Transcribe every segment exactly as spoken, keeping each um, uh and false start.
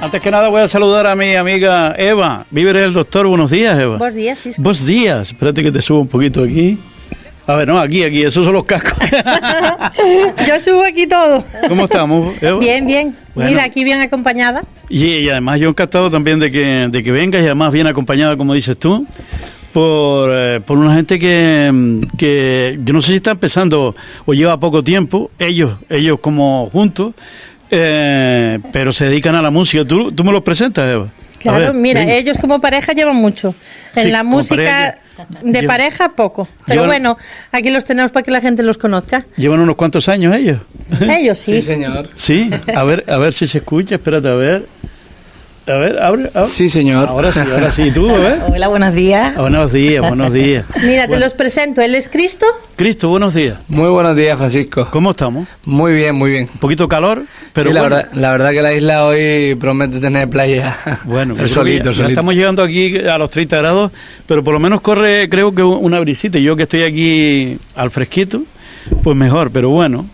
Antes que nada voy a saludar a mi amiga Eva. Víver el doctor. Buenos días, Eva. Buenos días, sí. Buenos días. Espérate que te subo un poquito aquí. A ver, no, aquí, aquí, esos son los cascos. Yo subo aquí todo. ¿Cómo estamos, Eva? Bien, bien. Bueno. Mira, aquí bien acompañada. Y, y además yo encantado también de que, de que vengas y además bien acompañada, como dices tú, por, eh, por una gente que, que yo no sé si está empezando o lleva poco tiempo, ellos, ellos como juntos, eh, pero se dedican a la música. ¿Tú, tú me los presentas, Eva? Claro, ver, mira, venga. ellos como pareja llevan mucho. En Sí, la como música pareja, de llevan- pareja, poco. Pero llevan- bueno, aquí los tenemos para que la gente los conozca. Llevan unos cuantos años ellos. Ellos sí. Sí, señor. Sí, a ver, a ver si se escucha, espérate, a ver. A ver, abre, abre. Sí, señor. Ahora sí, ahora sí. ¿Y tú, a ver? Hola, buenos días. Ah, buenos días, buenos días. Mira, te Bueno. los presento. Él es Cristo. Cristo, buenos días. Muy buenos días, Francisco. ¿Cómo estamos? Muy bien, muy bien. Un poquito calor, pero sí, la, bueno. verdad, la verdad que la isla hoy promete tener playa. Bueno, yo creo el que solito, ya, el ya solito. estamos llegando aquí a los treinta grados, pero por lo menos corre, creo que una brisita. Yo que estoy aquí al fresquito, pues mejor, pero bueno.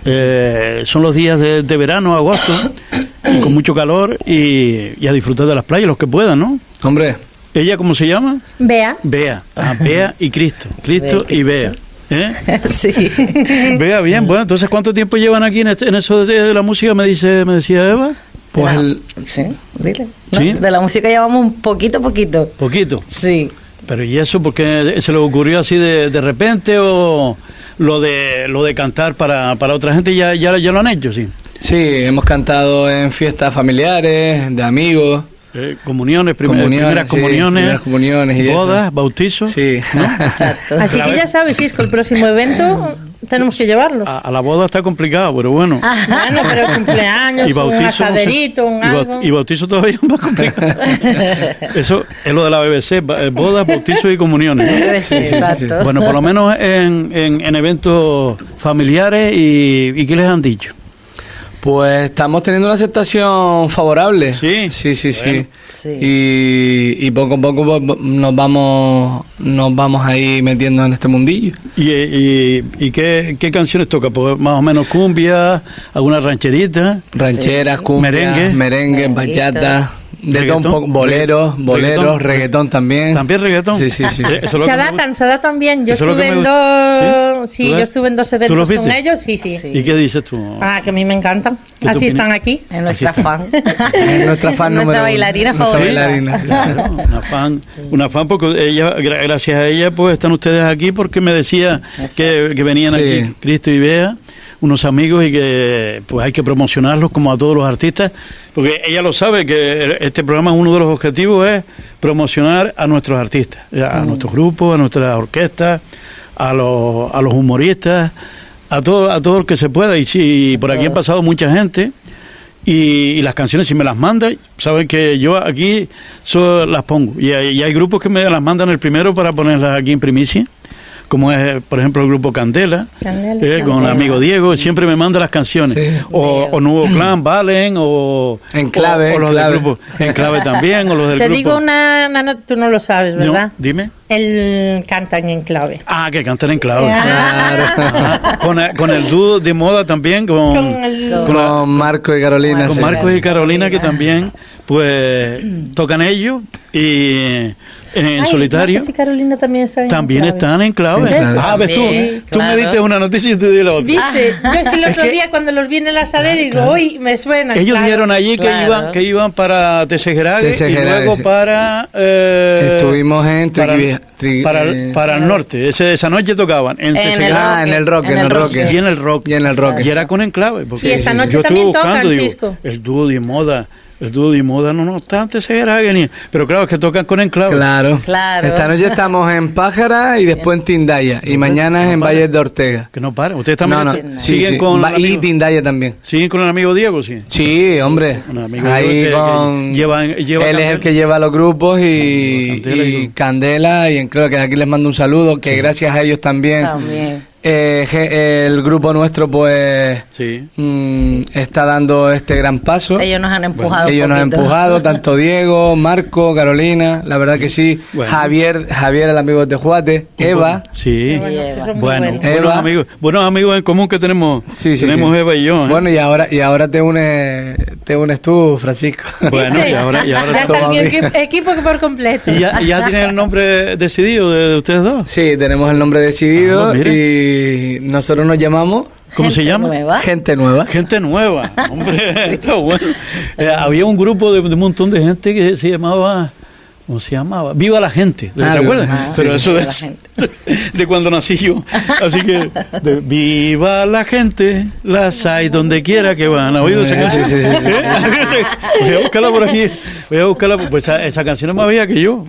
Eh, son los días de, de verano, agosto, con mucho calor y, y a disfrutar de las playas, los que puedan, ¿no? Hombre, ¿Ella cómo se llama? Bea. Bea. Ah, Bea y Cristo. Cristo y Bea. ¿Eh? Sí. Bea, bien. Bueno, entonces, ¿cuánto tiempo llevan aquí en, este- en eso de, de la música? Me dice, me decía Eva. pues De la- el- Sí, dile. ¿no? Sí. De la música llevamos un poquito, poquito. Poquito. Sí. Pero ¿y eso porque se le ocurrió así de, de repente o lo de lo de cantar para, para otra gente ya, ya, ya lo han hecho, sí? sí, hemos cantado en fiestas familiares, de amigos, Eh, comuniones, primer- Comuniones, primeras sí, comuniones, primeras comuniones y bodas, eso. bautizos. Sí. Exacto. Así que ya sabes, Isco, el próximo evento tenemos que llevarlo. A, a la boda está complicado, pero bueno. Bueno, pero cumpleaños, Y un bautizo, no sé. asaderito, un Y bau- algo. Y bautizo todavía es más complicado. Eso es lo de la B B C, ba- eh, bodas, bautizos y comuniones. Sí, exacto. Bueno, por lo menos en, en, en eventos familiares y, y ¿qué les han dicho? Pues estamos teniendo una aceptación favorable. Sí. Sí, sí, Bueno. sí. Sí. Y, y poco a poco pues, nos vamos nos vamos ahí metiendo en este mundillo. ¿Y, y, y qué, qué canciones toca? Pues más o menos cumbia, alguna rancherita. Rancheras, cumbia, Merengue. merengue, Merenguito. bachata, de todo un Reggaetón. poco, boleros, Regga- boleros, reggaetón. reggaetón también. ¿También reggaetón? Sí, sí, sí. Eh, eso es lo Se que me adaptan, se adaptan bien. Yo Eso es lo que estuve me en gusta. dos, ¿Sí? sí, ¿Tú yo ves? estuve en dos ¿Tú los eventos con viste? ellos, sí, sí. Sí. ¿Y qué dices tú? Ah, que a mí me encantan. ¿Qué Así tú están opinas? aquí. Es nuestra Así está. fan. Es nuestra fan Nuestra número uno. bailarina Nuestra favorita. bailarina, sí. Claro, una fan, una fan porque ella, gra- gracias a ella, pues están ustedes aquí porque me decía que, que venían Sí. aquí Cristo y Bea, unos amigos y que pues hay que promocionarlos como a todos los artistas, porque ella lo sabe que este programa uno de los objetivos es promocionar a nuestros artistas, a nuestros grupos, a nuestras orquestas, a los, a los humoristas, a todo, a todo el que se pueda. Y sí, por aquí han pasado mucha gente. Y, y las canciones, si me las mandan, saben que yo aquí so- las pongo. Y hay, y hay grupos que me las mandan el primero para ponerlas aquí en primicia, como es, por ejemplo, el grupo Candela, Candela, eh, con el Candela. amigo Diego, siempre me manda las canciones. Sí. O, o Nuevo Clan, Valen, o, En clave, o, o los en del clave. grupo. En clave también, o los del Te grupo. digo una, una no- tú no lo sabes, No, ¿verdad? dime. Él cantan en clave. Ah, que cantan en clave. Claro. Ajá. Con, el- con el dúo de moda también, con, Con el- con la- Con Marco y Carolina. con sí. Marcos y Carolina, que también pues tocan ellos y en Ay, solitario Marcos y Carolina también están en también clave. están en clave. En clave. Ah, ves tú, También, tú me claro. diste una noticia y yo te di la otra. ¿Viste? Yo es que el Es otro que- día cuando los vi en el asadero digo, uy, me suena. Ellos claro. dijeron allí que claro. iban que iban para Tesejerague y Tesejerague, luego sí. para eh, Estuvimos en para, Triqui- Tri- para, el- eh, para el norte. Ese, esa noche tocaban en, En el Tesejerague Ah, en el rock, en el rock. y en el rock. Y en el rock. Y era con enclave. Porque Y esta noche yo estuve también buscando, tocan, digo, Cisco. el dúo de moda. El dúo de moda no, no está antes Tesejerague ni. Pero claro, es que tocan con enclave. Claro. Claro. Esta noche estamos en Pájara y después en Tindaya. Y mañana es en para. Valles de Ortega. Que no para. Ustedes también No, no. est- Sí, siguen sí. con Va- el y amigo, Tindaya también. siguen con el amigo Diego, sí. Sí, hombre. Un amigo Ahí Diego que- que con... lleva- lleva él es Candela. el que lleva los grupos y, Candela y- y Candela. Y creo que aquí les mando un saludo, que gracias a ellos también, También. Eh, ge- el grupo nuestro pues Sí. mm, está dando este gran paso. Ellos nos han empujado. Ellos un nos han poquito. empujado, tanto Diego, Marco, Carolina, la verdad que sí. Bueno. Javier, Javier, el amigo de Tejuate, Eva. Sí. Bueno, que son muy Bueno, buenos. buenos Eva. amigos, buenos amigos en común que tenemos, Sí, sí, tenemos sí. Eva y yo. ¿eh? Bueno, y ahora, y ahora te unes, te unes tú, Francisco. Bueno, y ahora, y ahora Ya Toma, está el amigo. equi- equipo que por completo. ¿Y ya, y ya tienen el nombre decidido de, de ustedes dos? Sí, tenemos el nombre decidido Ah, mira. y nosotros nos llamamos ¿Cómo se Gente llama? nueva. Gente Nueva. Gente nueva, hombre, está bueno. Eh, había un grupo de, de un montón de gente que se llamaba, ¿cómo se llamaba? Viva la gente, ¿te Ah, acuerdas? Viva- ah, Pero sí, eso Viva es la gente. de cuando nací yo. Así que, de, viva la gente, las hay donde quiera que van. ¿Ha oído esa Sí, canción? sí, sí, sí. ¿Eh? Voy a buscarla por aquí. Voy a buscarla, pues esa, esa canción es más vieja que yo.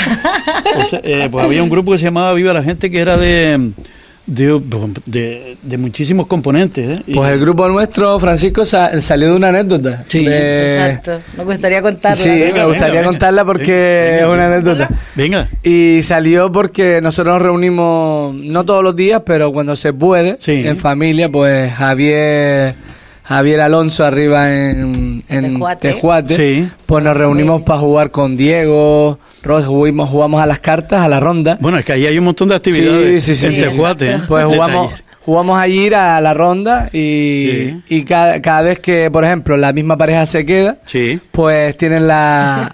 Esa, eh, pues había un grupo que se llamaba Viva la gente que era de... De, de, de muchísimos componentes. ¿eh? Y- Pues el grupo nuestro, Francisco, sa- salió de una anécdota. Sí. De- Exacto. Me gustaría contarla. Sí, Venga, me gustaría venga, contarla venga. porque Venga, es una venga. anécdota. Venga. Y salió porque nosotros nos reunimos, no todos los días, pero cuando se puede, Sí. en familia, pues Javier Javier Alonso arriba en, en Tejuate. Tejuate, Sí. pues nos reunimos para jugar con Diego, Ros, jugamos, jugamos a las cartas, a la ronda. Bueno, es que ahí hay un montón de actividades Sí, sí, sí, en sí, Tejuate. ¿eh? Pues De jugamos, taller. jugamos allí a la ronda y, Sí. y cada, cada vez que, por ejemplo, la misma pareja se queda, Sí. pues tienen la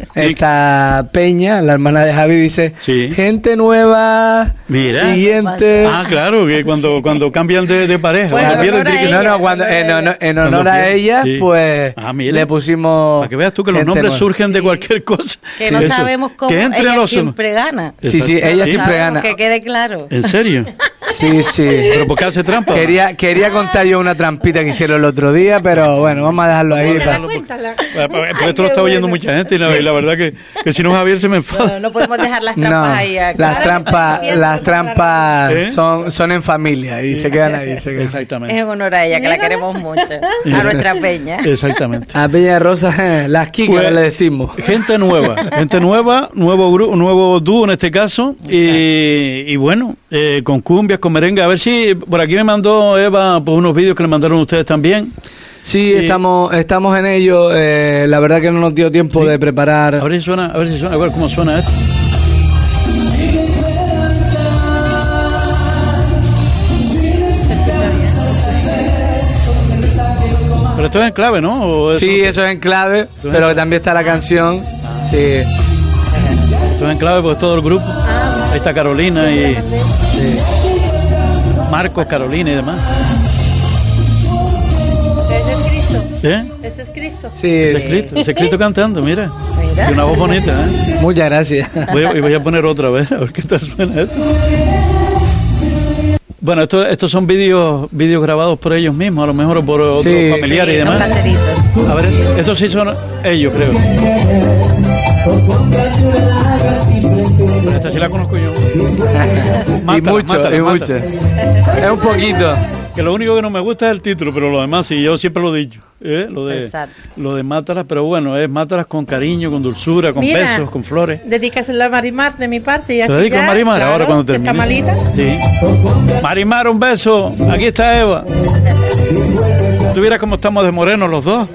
esta Peña, la hermana de Javi, dice Sí. gente nueva, Mira. siguiente. Ah, claro, que cuando, cuando cambian de, de pareja. Bueno, cuando pierden, en honor tiene que- a no, ella, no, cuando, en, honor- en honor Cuando a pierden, ella, sí. pues Ah, mira. le pusimos. Para que veas tú que los gente nombres nueva. surgen de cualquier cosa. Que no Eso. sabemos cómo Que entre ella los- siempre gana. Sí, sí, Exacto. ella Sí. siempre Sabemos, gana. Que quede claro. ¿En serio? Sí, sí. ¿Pero por qué hace trampa? Quería, quería contar yo una trampita que hicieron el otro día, pero bueno, vamos a dejarlo ahí. Cuéntala, pa- cuéntala. Porque esto lo está oyendo mucha gente y la, y la verdad que, que si no Javier se me enfada. No, no podemos dejar las trampas No, ahí. acá. las trampas, las trampas ¿Eh? son, son en familia y se quedan ahí. Se quedan. Es Exactamente. en honor a ella, que la queremos mucho. A nuestra peña. Exactamente. A Peña de Rosa, las Kikas Pues, le decimos. Gente nueva, gente nueva, nuevo grupo, nuevo dúo en este caso, y, y bueno, eh, con cumbias, con merengue. A ver si por aquí me mandó Eva por unos vídeos que le mandaron ustedes también. Sí, Y- estamos, estamos en ello. eh, la verdad que no nos dio tiempo Sí. de preparar. A ver si suena, a ver si suena, a ver cómo suena esto. Pero esto es en clave, ¿no? ¿O eso- Sí, eso es en clave, pero que también está la canción. Sí. Esto es en clave porque es todo el grupo. Ahí está Carolina y Sí. Marcos, Carolina y demás. Ese es Cristo. ¿Eh? Ese es Cristo. Sí, Ese es Cristo, ese es Cristo cantando, mira. Mira. Y una voz bonita, ¿eh? muchas gracias. Voy a, y voy a poner otra vez, a ver qué tal suena esto. Bueno, esto, estos son vídeos vídeos grabados por ellos mismos, a lo mejor o por otros Sí. familiares y Sí, son demás. caseritos. A ver, esto- estos sí son ellos, creo. Bueno, esta sí la conozco yo. y Mátala, mucho, mátala, y mátala. mucho. Es un poquito. Que lo único que no me gusta es el título, pero lo demás sí, yo siempre lo he dicho. ¿eh? Lo de Exacto. lo de mátalas, pero bueno, es mátalas con cariño, con dulzura, con Mira. besos, con flores. Dedícaselo a Marimar de mi parte. Y así ¿Se dedica ya, a Marimar claro, ahora cuando que termine? Está malita. Sí. Marimar, un beso. Aquí está Eva. Tú vieras cómo estamos de morenos los dos.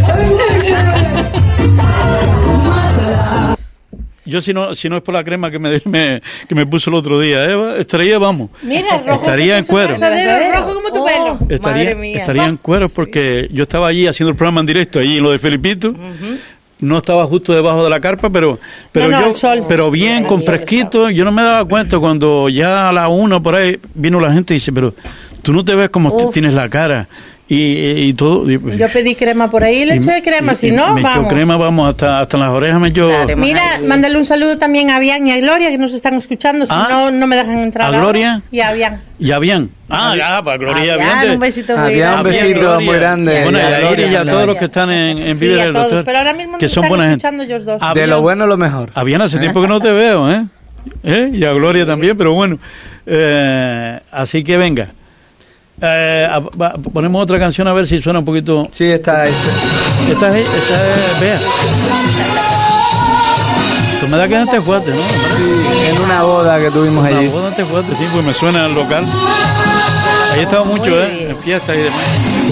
Yo si no si no es por la crema que me, me- que me puso el otro día, Eva, estaría, vamos, Mira, rojo. estaría en se puso cuero. pasadero, rojo como tu Oh. pelo. Estaría, Madre mía. estaría en cuero porque yo estaba allí haciendo el programa en directo, allí en lo de Felipito. No estaba justo debajo de la carpa, pero pero No, no, yo al sol. pero bien, con fresquito. Yo no me daba cuenta cuando ya a la una por ahí vino la gente y dice, pero tú no te ves como Uf. tienes la cara y, y todo. Y- Yo pedí crema por ahí, le y- eché crema, y- si y no, me echó vamos. crema, vamos, hasta, hasta las orejas me echó. Claro. Mira, Ay. mándale un saludo también a Avian y a Gloria que nos están escuchando, si Ah. no, no me dejan entrar. ¿A ahora. Gloria? Y a Avian. Ya bien. Ah, ya, para Gloria y Avian, Avian. un besito muy Había un grande. besito Gloria. muy grande. Bueno, y y a a Gloria, Iris y a Gloria. todos los que están en, en Sí, Vive a del todos, Doctor. pero ahora mismo nos que son están buena gente. escuchando ellos dos. Ah, De lo bueno, lo mejor. Habían hace tiempo que no te veo, ¿eh? ¿Eh? Y a Gloria también, pero bueno. Eh, así que venga. Eh, a- va- ponemos otra canción a ver si suena un poquito. Sí, está. Esta es, esta es Bea. Esto me da que es en Tejuate, ¿no? Sí, en una boda que tuvimos La allí. boda en Tejuate, sí, pues me suena el local. Ahí he estado mucho, Muy ¿eh? bien. En fiestas y demás.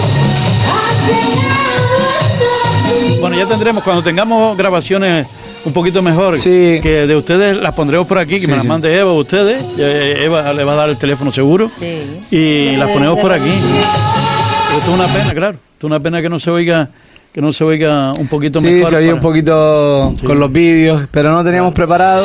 Bueno, ya tendremos, cuando tengamos grabaciones un poquito mejor, Sí. que de ustedes las pondremos por aquí, que Sí, me las sí. mande Eva, ustedes. Eh, Eva le va a dar el teléfono seguro. Sí. Y las ponemos por aquí. Pero esto es una pena, claro. Esto es una pena que no se oiga, que no se oiga un poquito Sí, mejor. se oye para- un poquito Sí. con los vídeos, pero no teníamos preparado.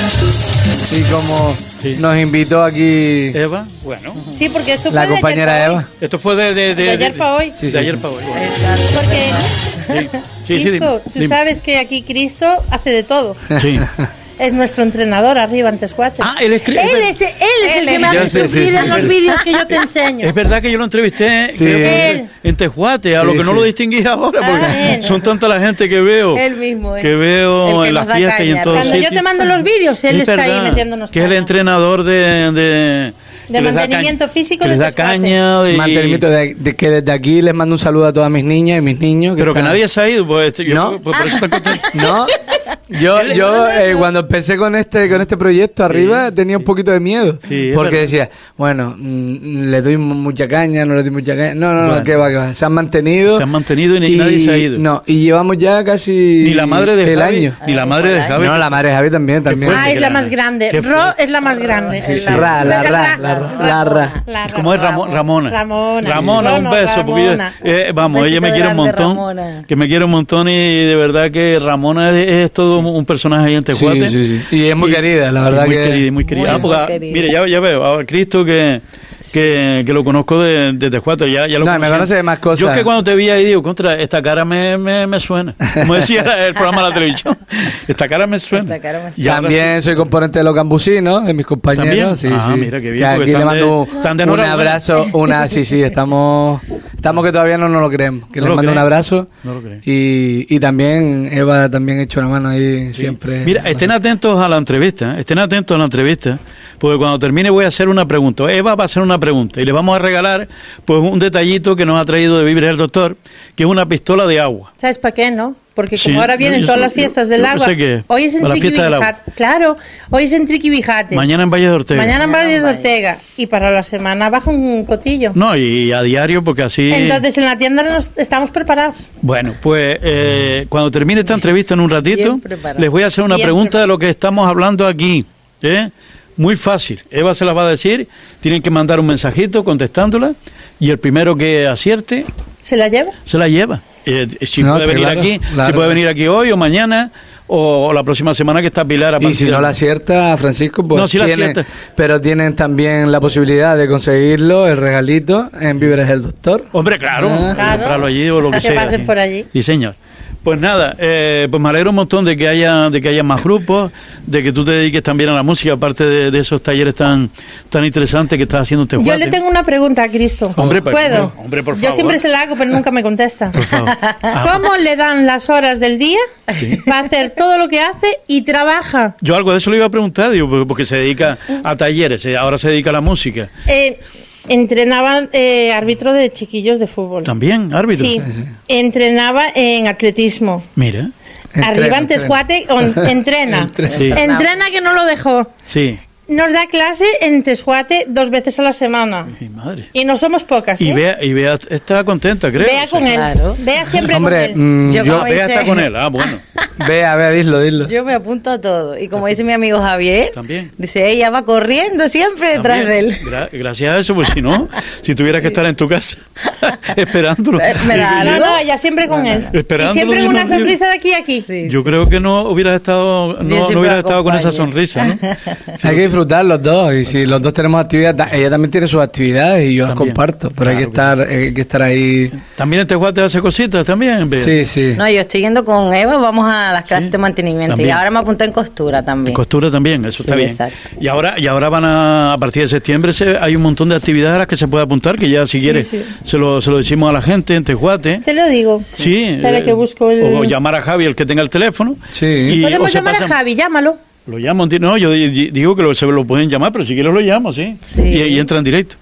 Y como Sí. nos invitó aquí Eva, bueno. Sí, porque esto la fue de compañera ayer pa' Eva. hoy. Esto fue de, de, de, De ayer de- pa' hoy. Sí, de sí, ayer sí. para hoy. Exacto. Porque, Sí, sí, sí. Crisco, tú dime. sabes que aquí Cristo hace de todo. Sí. Es nuestro entrenador arriba en Tescuate. Ah, él es... Él es, él es el Él que me es. hace Yo sé, sufrir sí, sí, en los sí. vídeos que yo te enseño. Es verdad que yo lo entrevisté, Sí. creo que Él. en Tejuate, a Sí, lo que no sí. lo distinguí ahora, porque Ah, él. son tanta la gente que veo, Él mismo, ¿eh? que veo El que en nos las da fiestas y en caña. todos Cuando sitios. yo te mando los vídeos, él Es está ahí verdad, metiéndonos que es el caña. entrenador de... De, De que les da mantenimiento caña- físico que de les da Tejuate. caña de, Mantenimiento de, de que desde aquí les mando un saludo a todas mis niñas y mis niños. pero que están- nadie se ha ido, pues, este, yo, No. pues, por eso están contentos. No, yo, yo eh, cuando empecé con este con este proyecto arriba tenía un poquito de miedo. Sí, es porque verdad. decía, bueno, mm, le doy mu- mucha caña, no le doy mucha caña. No, no, no, Bueno. que va, que va. Se han mantenido. Se han mantenido y ni- nadie se ha ido. No, y llevamos ya casi Ni la madre de el Javi, año. ni la madre de Javi. No, la madre de Javi también, también. fuerte. Ah, es la grande. más grande. Qué Ro fuerte. es la más grande. Sí, sí. La- Ra, la, ra, Ra- la, ra, la, ra. la- ¿Cómo es Ramo- Ramona? Ramona. Ramona, un No, no, beso. Porque Ramona. ella- eh, vamos, Un ella me besito quiere un grande, montón. Ramona. Que me quiere un montón y de verdad que Ramona es, es todo un personaje ahí en Tejuate. Sí, sí, sí. Y es muy querida, la verdad y muy que- querida, y muy querida. Muy, Ah, porque, muy ah, querida. mire, ya, ya veo, a Cristo que, que, que lo conozco de, de Tejuate, ya, ya lo No, me conocí. conoce de más cosas. Yo es que cuando te vi ahí digo, contra, esta cara me, me, me suena. Como decía el programa de la televisión, esta cara me suena. Esta cara me Y ahora También soy componente de los cambusinos, de mis compañeros. ¿También? Sí, Ah, sí. mira qué bien, Que porque aquí le están de- mando están de un enhorabuena. abrazo, una, sí, sí, estamos, estamos que todavía no nos lo creemos. Que No les lo mando un creen. abrazo. No lo creen. Y, y también Eva también ha hecho una mano ahí siempre. Mira, estén atentos a la entrevista, ¿eh? estén atentos a la entrevista, porque cuando termine voy a hacer una pregunta. Eva va a hacer una pregunta y le vamos a regalar pues un detallito que nos ha traído de Vibra el Doctor, que es una pistola de agua. ¿Sabes para qué, no? Porque Sí, como ahora vienen yo todas so- las fiestas yo- del yo agua, sé que hoy es en para la fiesta del agua. Triquibijate. Claro, hoy es en Triquibijate. Mañana en Valle de Ortega. Mañana en Mañana Valle en de Valle. Ortega. Y para la semana baja un cotillo. No, y a diario, porque así... Entonces en la tienda nos, estamos preparados. Bueno, pues eh, cuando termine esta entrevista en un ratito, Bien preparado. les voy a hacer una Bien pregunta de preparado. lo que estamos hablando aquí. ¿eh? Muy fácil. Eva se la va a decir, tienen que mandar un mensajito contestándola y el primero que acierte ¿Se la lleva? se la lleva. Eh, si No, puede venir claro, aquí, claro. si puede venir aquí hoy o mañana o, la próxima semana que está Pilar a Y partir si no de- la acierta, Francisco, pues No, si la tiene- acierta. pero tienen también la posibilidad de conseguirlo, el regalito, en Víveres el Doctor. Hombre, claro, Ah. Claro. comprarlo allí o lo que Que sea. pasen sí. por allí. Sí, señor. Pues nada, eh, pues me alegro un montón de que haya de que haya más grupos, de que tú te dediques también a la música, aparte de, de esos talleres tan tan interesantes que estás haciendo en Tejuate. Yo le tengo una pregunta a Cristo. Hombre, pues, ¿Puedo? hombre, por Yo favor. siempre se la hago, pero nunca me contesta. Por favor. Ah, ¿Cómo le dan las horas del día para hacer todo lo que hace y trabaja? yo algo de eso le iba a preguntar, digo, porque- porque se dedica a talleres, eh, ahora se dedica a la música. Eh, entrenaba eh, árbitro de chiquillos de fútbol. También, árbitro. Sí. Sí, sí. Entrenaba en atletismo. Mira, Entrena, Arriba en entrena. Tescuate on- entrena. Entrena. Sí. Entrena que no lo dejó. sí. Nos da clase en Tescuate dos veces a la semana. Mi madre. Y no somos pocas. Y ¿eh? Bea, y Bea está contenta, creo. Vea o sea, con él. claro. Vea siempre Hombre, con él. mm, Yo yo, como- Bea está dice- con él, ah, bueno. vea, vea, dilo, dilo. Yo me apunto a todo. Y como dice mi amigo Javier, También. dice, ella va corriendo siempre detrás También. de él. Gra- gracias a eso, pues si no, si tuvieras que estar en tu casa esperándolo. Eh, me da Y- No, algo. no, ella siempre con él. Esperándolo Y siempre de una unos días. sonrisa de aquí a aquí. Sí, Yo sí. creo que no hubieras estado, Yo no, no siempre hubieras estado con esa acompaño. sonrisa, ¿no? Hay que disfrutar los dos. Y si los dos tenemos actividades, ta- ella también tiene sus actividades y yo las También. comparto. Pero hay que Claro estar, hay que estar ahí. También en Tejuate hace cositas también. Bea. Sí, sí. No, yo estoy yendo con Eva, vamos a las clases Sí, de mantenimiento. también. Y ahora me apunté en costura En también. costura también, eso Sí, está bien. exacto. Y ahora, y ahora van a, a partir de septiembre se- hay un montón de actividades a las que se puede apuntar, que ya si quieres sí. se lo, se lo decimos a la gente en Tejuate. Te lo digo. Sí. Espera eh, que busco el- O llamar a Javi, el que tenga el teléfono. Sí. Y- o Podemos se llamar a pasan- Javi, llámalo. Lo llamo, enti- no, yo di- di- digo que lo, se lo pueden llamar, pero si quieres lo llamo, sí. Sí. Y, y entra en directo.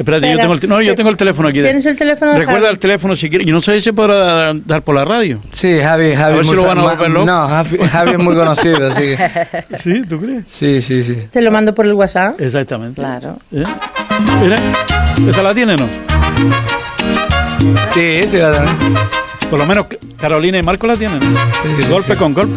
Espérate, yo Espera. tengo el, te- no, yo tengo el teléfono aquí. ¿Tienes el teléfono de Recuerda Javi? el teléfono si quieres. Yo no sé si se podrá dar por la radio. Sí, Javi, Javi. A ver es si muy lo van a fa- volver ma- loco. No, Javi, Javi es muy conocido, así que... ¿Sí? ¿Tú crees? Sí, sí, sí. Te lo mando por el WhatsApp. Exactamente. Claro. ¿Eh? Mira, ¿esa la tiene o no? Sí, sí, la tenemos. Por lo menos Carolina y Marco la tienen. Sí, sí, golpe sí. con golpe.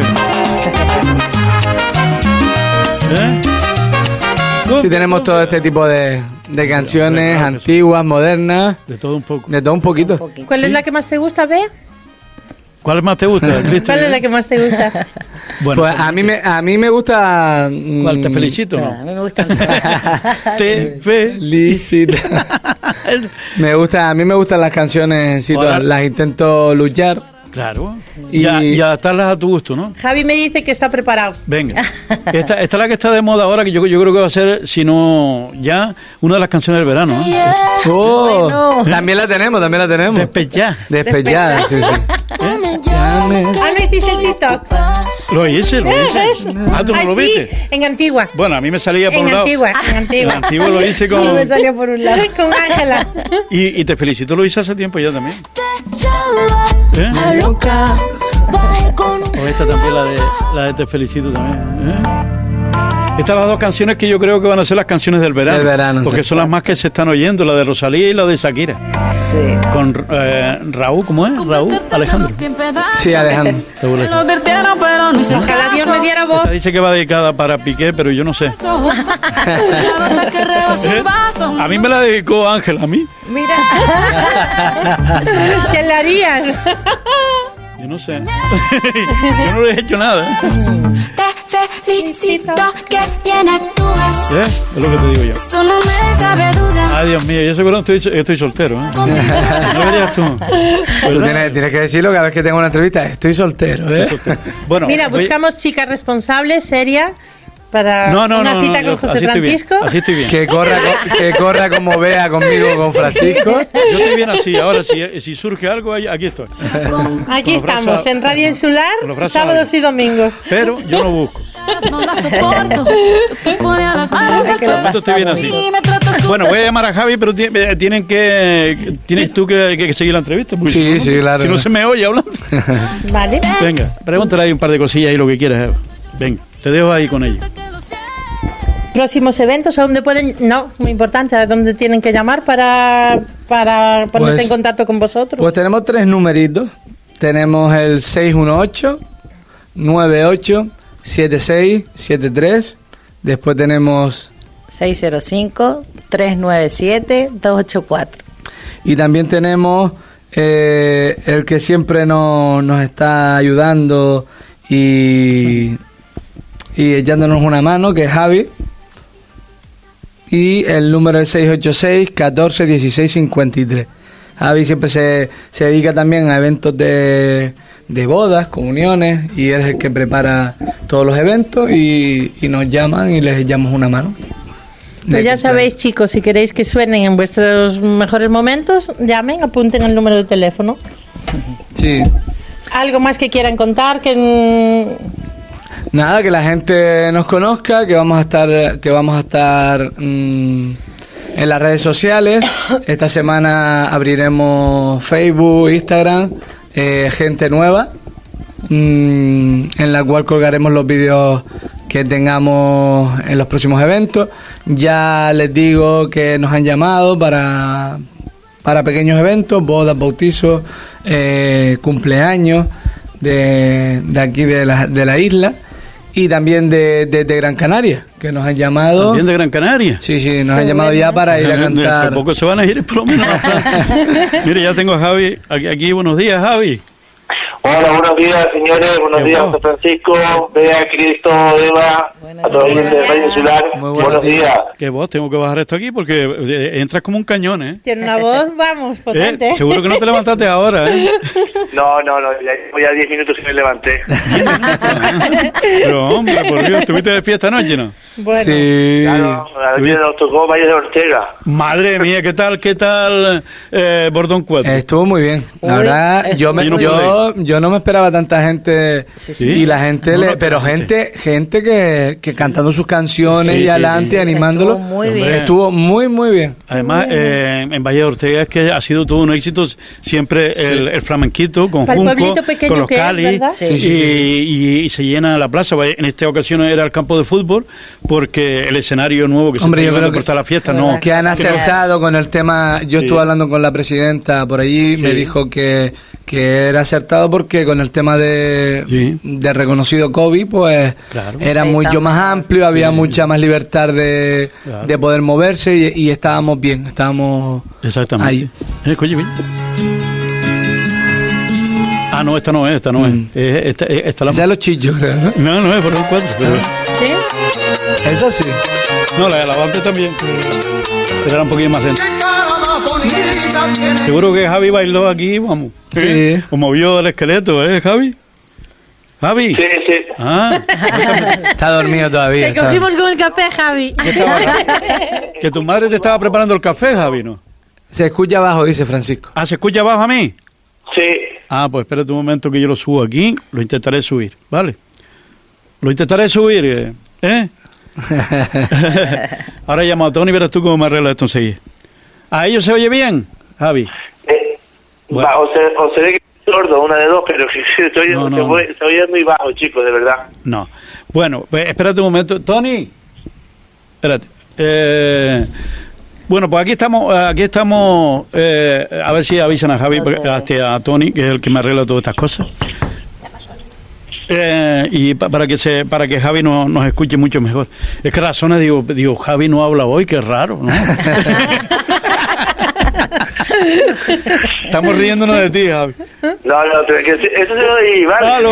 ¿Eh? Sí, tenemos todo este tipo de, de canciones Claro que sí. antiguas, modernas, De todo un poco. de todo un poquito. poquito. ¿Cuál es la que más te gusta, Bea? ¿Cuál más te gusta, Cristo? ¿Cuál es la que más te gusta? Bueno, Pues a mí me, a mí me gusta... mm, ¿cuál te felicito? Ah, a ¿No? mí me gustan. Te fe. Felicito. Me gusta, a mí me gustan las canciones, sí, Ahora- todas, las intento luchar. Claro. Y- Y, y adaptarlas a tu gusto, ¿no? Javi me dice que está preparado. Venga. Esta, esta es la que está de moda ahora, que yo, yo creo que va a ser, si no ya, una de las canciones del verano. ¿eh? Oh, Bueno. también la tenemos, también la tenemos. Despechá. Despechada, sí, sí. Llames. Ah, ¿no hiciste el TikTok? Lo hice, lo hice. Ah, ¿tú no Ay, lo sí, viste? en Antigua. Bueno, a mí me salía por En un lado. Antigua, en En Antigua. Antigua lo hice Sí, con... me salió por un lado. Con Ángela. Y, y te felicito, lo hice hace tiempo ya también. ¿Eh? O esta también, la de, la de Te felicito también. ¿eh? Estas son las dos canciones que yo creo que van a ser las canciones del verano. Del verano, porque sí. son las más que se están oyendo, la de Rosalía y la de Shakira. Sí. Con eh, Raúl, ¿cómo es? Raúl Alejandro. Sí, Alejandro. Raúl Alejandro. Ojalá Dios me diera voz. Esta dice que va dedicada para Piqué, pero yo no sé. ¿Eh? A mí me la dedicó Ángel, a mí. Mira. ¿Qué le harías? Yo no sé. Yo no le he hecho nada. Te felicito, que bien actúas. ¿Eh? Es lo que te digo yo. Eso no me cabe duda. Ay, Dios mío, yo seguro estoy, estoy soltero, ¿eh? ¿No verías tú? Tú ¿Verdad? tienes, tienes que decirlo cada vez que tengo una entrevista. Estoy soltero, ¿eh? Bueno, Mira, voy- buscamos chica responsable, seria, para No, no, una no, cita no, con yo- José así estoy bien, Francisco. así estoy bien. Que corra, co- que corra como vea conmigo con Francisco. Yo estoy bien así. Ahora, si, si surge algo, ahí- aquí estoy. Aquí Con los estamos, brazos- en Radio Insular, con los brazos sábados abiertos. y domingos. Pero yo no busco. No la soporto. Tú te pones a las manos al que lo De momento estoy bien así. y me tratas tú. Bueno, voy a llamar a Javi, pero ti- eh, tienen que, tienes tú que, que seguir la entrevista. porque Sí, si no, sí, claro. Si no se me oye hablando. Vale. Venga, pregúntale ahí un par de cosillas ahí lo que quieras, Eva. Venga, te dejo ahí con ella. Próximos eventos, ¿a dónde pueden? No, muy importante, ¿a dónde tienen que llamar para, para ponerse Pues- en contacto con vosotros? Pues tenemos tres numeritos. Tenemos el seis uno ocho, nueve ocho, siete seis siete tres. Después tenemos... seis cero cinco, tres nueve siete, dos ocho cuatro. Y también tenemos eh, el que siempre nos, nos está ayudando y, y echándonos una mano, que es Javi. Y el número es seis ocho seis, catorce dieciséis cincuenta y tres. Javi siempre se, se dedica también a eventos de, de bodas, comuniones, y él es el que prepara todos los eventos y, y nos llaman y les echamos una mano. Pues ya sabéis, chicos, si queréis que suenen en vuestros mejores momentos, llamen, apunten el número de teléfono. Sí. ¿Algo más que quieran contar? Que mm, Nada, que la gente nos conozca, que vamos a estar, que vamos a estar mm, en las redes sociales. Esta semana abriremos Facebook, Instagram, eh, gente nueva, mm, en la cual colgaremos los vídeos que tengamos en los próximos eventos. Ya les digo que nos han llamado para, para pequeños eventos, bodas, bautizos, eh, cumpleaños de, de aquí de la, de la isla. Y también de, de, de Gran Canaria, que nos han llamado. También de Gran Canaria. Sí, sí, nos han llamado ya para ir a cantar. Tampoco se van a ir por lo menos a Francia. Mire, ya tengo a Javi aquí, aquí. Buenos días, Javi. Hola, buenos días, señores. Buenos Qué días, guapo. José Francisco, Bea, Cristo, Eva, Buenos a todos los días. oyentes de Radio Insular. Muy buenos Buenos días. días. Que vos, tengo que bajar esto aquí porque eh, entras como un cañón, ¿eh? tiene una voz, vamos, potente. ¿Eh? Seguro que no te levantaste ahora, ¿eh? No, no, no, ya llevo ya diez minutos y me levanté. Pero, hombre, por Dios, ¿estuviste de fiesta anoche, no? Bueno. Sí. Claro, a mí nos tocó Valle de Ortega. Madre mía, ¿qué tal, qué tal eh, Bordón cuatro? Estuvo muy bien. La Uy, verdad, es- yo, me, Yo no yo, yo no me esperaba tanta gente. Sí, sí. Y la gente, No, le, no, pero gente. gente gente que, que cantando sus canciones Sí, y sí, adelante, sí, sí. animándolo. Estuvo muy bien. Estuvo muy, muy bien. Además, eh, en Valle de Ortega es que ha sido todo un éxito siempre el, el flamenquito con Para el Junco, pueblito pequeño con los que es, Cali, ¿verdad? Sí, y, sí, y- y se llena la plaza. En esta ocasión era el campo de fútbol porque el escenario nuevo que Hombre, se yo está creo por que toda la fiesta no. Que han acertado con el tema. Yo Sí. estuve hablando con la presidenta por allí, Sí. me dijo que, que era acertado porque con el tema de, Sí. de reconocido COVID, pues Claro. era Ahí mucho estamos. más amplio, había mucha más libertad de, Claro. de poder moverse y, y estábamos bien, estábamos Exactamente. ahí. Eh, oye, bien. Ah, no, esta no es, esta no Mm. es. Eh, esta, eh, esta la... Esa es los chillos, creo, ¿no? No, no es por el cuatro. Pero... ¿Sí? Esa sí. No, la de la Bante también. Pero era un poquito más lenta. Seguro que Javi bailó aquí, vamos. Sí. O movió el esqueleto, ¿eh, Javi? Javi. Sí, sí. Ah, Está dormido todavía. Te está- cogimos con el café, Javi. ¿qué estaba- que tu madre te estaba preparando el café, Javi, ¿no? Se escucha abajo, dice Francisco. Ah, ¿se escucha abajo a mí? Sí. Ah, pues espérate un momento que yo lo subo aquí. Lo intentaré subir, ¿vale? Lo intentaré subir, eh, ¿eh? Ahora llamo a Tony y verás tú cómo me arregla esto enseguida. ¿A ellos se oye bien, Javi? Eh, Bueno. va, o, se, o se ve que es sordo, una de dos, pero que se, se, oye, No, no. se, oye, se oye muy bajo, chicos, de verdad. No. Bueno, pues espérate un momento. Tony, espérate. Eh, bueno, pues aquí estamos, aquí estamos, eh, a ver si avisan a Javi, hasta a Tony, que es el que me arregla todas estas cosas. Eh, y pa- para que se para que Javi no, nos escuche mucho mejor. Es que razones digo, digo, Javi no habla hoy, qué raro, ¿no? Estamos riéndonos de ti, Javi. No, no, pero que se- eso se lo di, ¿vale? Ah, lo